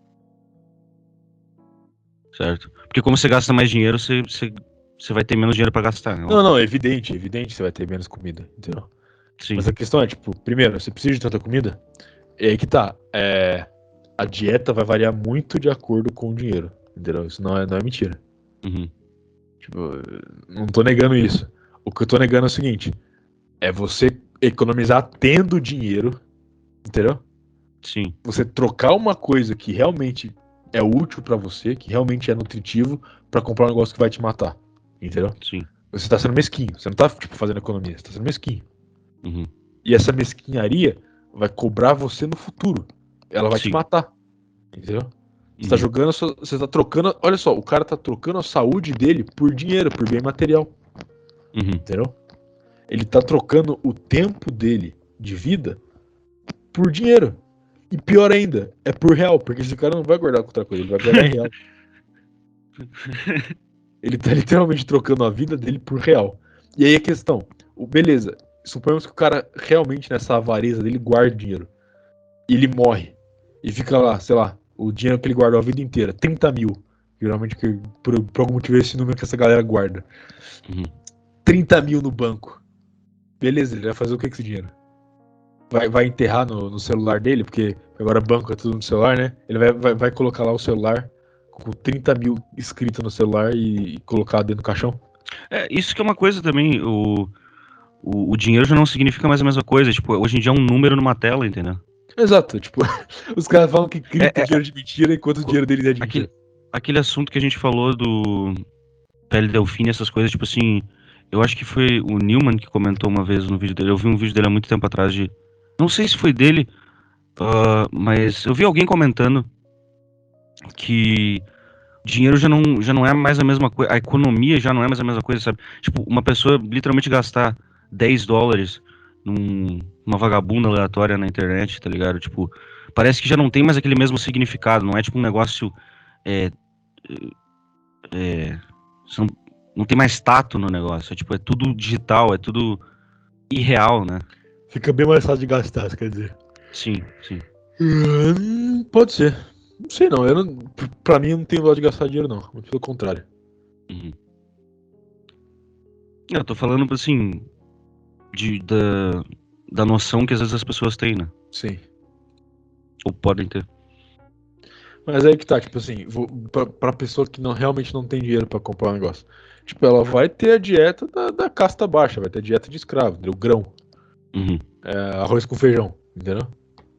Certo? Porque como você gasta mais dinheiro, você vai ter menos dinheiro pra gastar. Não, é evidente você vai ter menos comida, entendeu? Sim. Mas a questão é, tipo, primeiro, você precisa de tanta comida? E aí que tá. A dieta vai variar muito de acordo com o dinheiro, entendeu? Isso não é mentira. Uhum. Tipo, não tô negando isso. O que eu tô negando é o seguinte: é você economizar tendo dinheiro, entendeu? Sim. Você trocar uma coisa que realmente é útil pra você, que realmente é nutritivo, pra comprar um negócio que vai te matar, entendeu? Sim. Você tá sendo mesquinho, você não tá, tipo, fazendo economia, você tá sendo mesquinho. Uhum. E essa mesquinharia vai cobrar você no futuro. Ela vai te matar. Entendeu? Você tá jogando, você tá trocando. Olha só, o cara tá trocando a saúde dele por dinheiro, por bem material. Uhum. Entendeu? Ele tá trocando o tempo dele de vida por dinheiro. E pior ainda, é por real, porque esse cara não vai guardar outra coisa, ele vai guardar em real. Ele tá literalmente trocando a vida dele por real. E aí a questão, beleza, suponhamos que o cara realmente nessa avareza dele guarda dinheiro. E ele morre. E fica lá, sei lá, o dinheiro que ele guardou a vida inteira, 30 mil. Geralmente, por algum motivo, esse número que essa galera guarda. Uhum. 30 mil no banco. Beleza, ele vai fazer o que com esse dinheiro? Vai enterrar no celular dele, porque agora banco é tudo no celular, né? Ele vai colocar lá o celular com 30 mil escrito no celular e colocar dentro do caixão? Isso que é uma coisa também, o dinheiro já não significa mais a mesma coisa, tipo, hoje em dia é um número numa tela, entendeu? Exato, tipo, os caras falam que cripto é dinheiro de mentira enquanto o dinheiro deles é de mentira. Aquele assunto que a gente falou do Pele Delfine, essas coisas, tipo assim, eu acho que foi o Newman que comentou uma vez no vídeo dele, eu vi um vídeo dele há muito tempo atrás de, não sei se foi dele, mas eu vi alguém comentando que dinheiro já não é mais a mesma coisa, a economia já não é mais a mesma coisa, sabe? Tipo, uma pessoa literalmente gastar $10 numa vagabunda aleatória na internet, tá ligado? Tipo, parece que já não tem mais aquele mesmo significado, não é tipo um negócio. Você não tem mais tato no negócio, tipo, é tudo digital, é tudo irreal, né? Fica bem mais fácil de gastar, quer dizer. Sim. Pode ser. Não sei não, pra mim não tem dó de gastar dinheiro não, muito pelo contrário. Uhum. Eu tô falando, assim, da noção que às vezes as pessoas têm, né? Sim. Ou podem ter. Mas aí que tá, tipo assim, pra pessoa que realmente não tem dinheiro pra comprar um negócio. Tipo, ela vai ter a dieta da casta baixa, vai ter a dieta de escravo, entendeu? Grão. Uhum. Arroz com feijão, entendeu?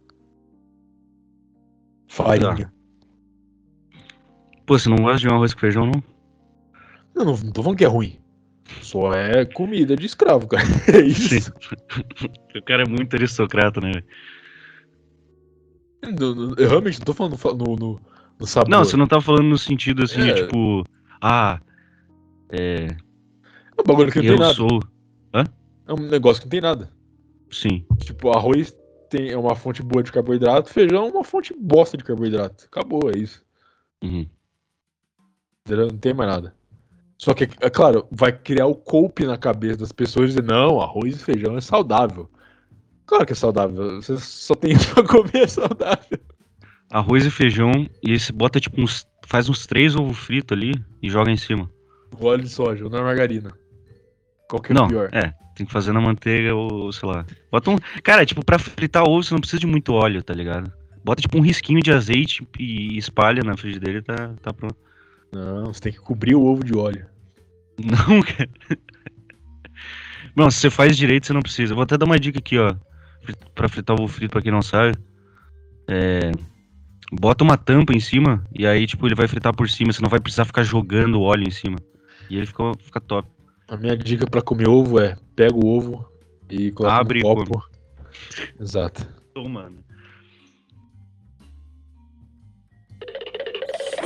Farinha. Pô, você não gosta de um arroz com feijão, não? Não tô falando que é ruim. Só é comida de escravo, cara. É isso. O cara é muito aristocrata, né? Eu realmente não tô falando no sabor. Não, você não tá falando no sentido assim, de É. tipo, É um bagulho que não tem eu nada. sou. Hã? É um negócio que não tem nada. Sim. Tipo, arroz é uma fonte boa de carboidrato, feijão é uma fonte bosta de carboidrato. Acabou, é isso. Uhum. Entendeu? Não tem mais nada. Só que, é claro, vai criar o cope na cabeça das pessoas e dizer, não, arroz e feijão é saudável. Claro que é saudável. Você só tem isso pra comer, é saudável. Arroz e feijão, e aí você bota tipo faz uns 3 ovos fritos ali e joga em cima. O óleo de soja, ou na margarina. Qual que é Não, pior? tem que fazer na manteiga ou sei lá. Bota cara, tipo, pra fritar ovo você não precisa de muito óleo, tá ligado? Bota tipo um risquinho de azeite e espalha na frigideira e tá pronto. Não, você tem que cobrir o ovo de óleo. Não, cara. Não, se você faz direito, você não precisa. Eu vou até dar uma dica aqui, ó. Pra fritar ovo frito, pra quem não sabe. Bota uma tampa em cima e aí, tipo, ele vai fritar por cima. Você não vai precisar ficar jogando óleo em cima. E ele fica top. A minha dica pra comer ovo é: pega o ovo e coloca Abre no e copo. Exato. Tô, mano.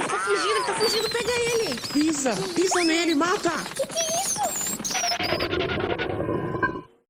Ele tá fugindo, pega ele! Pisa nele, mata! Que é isso?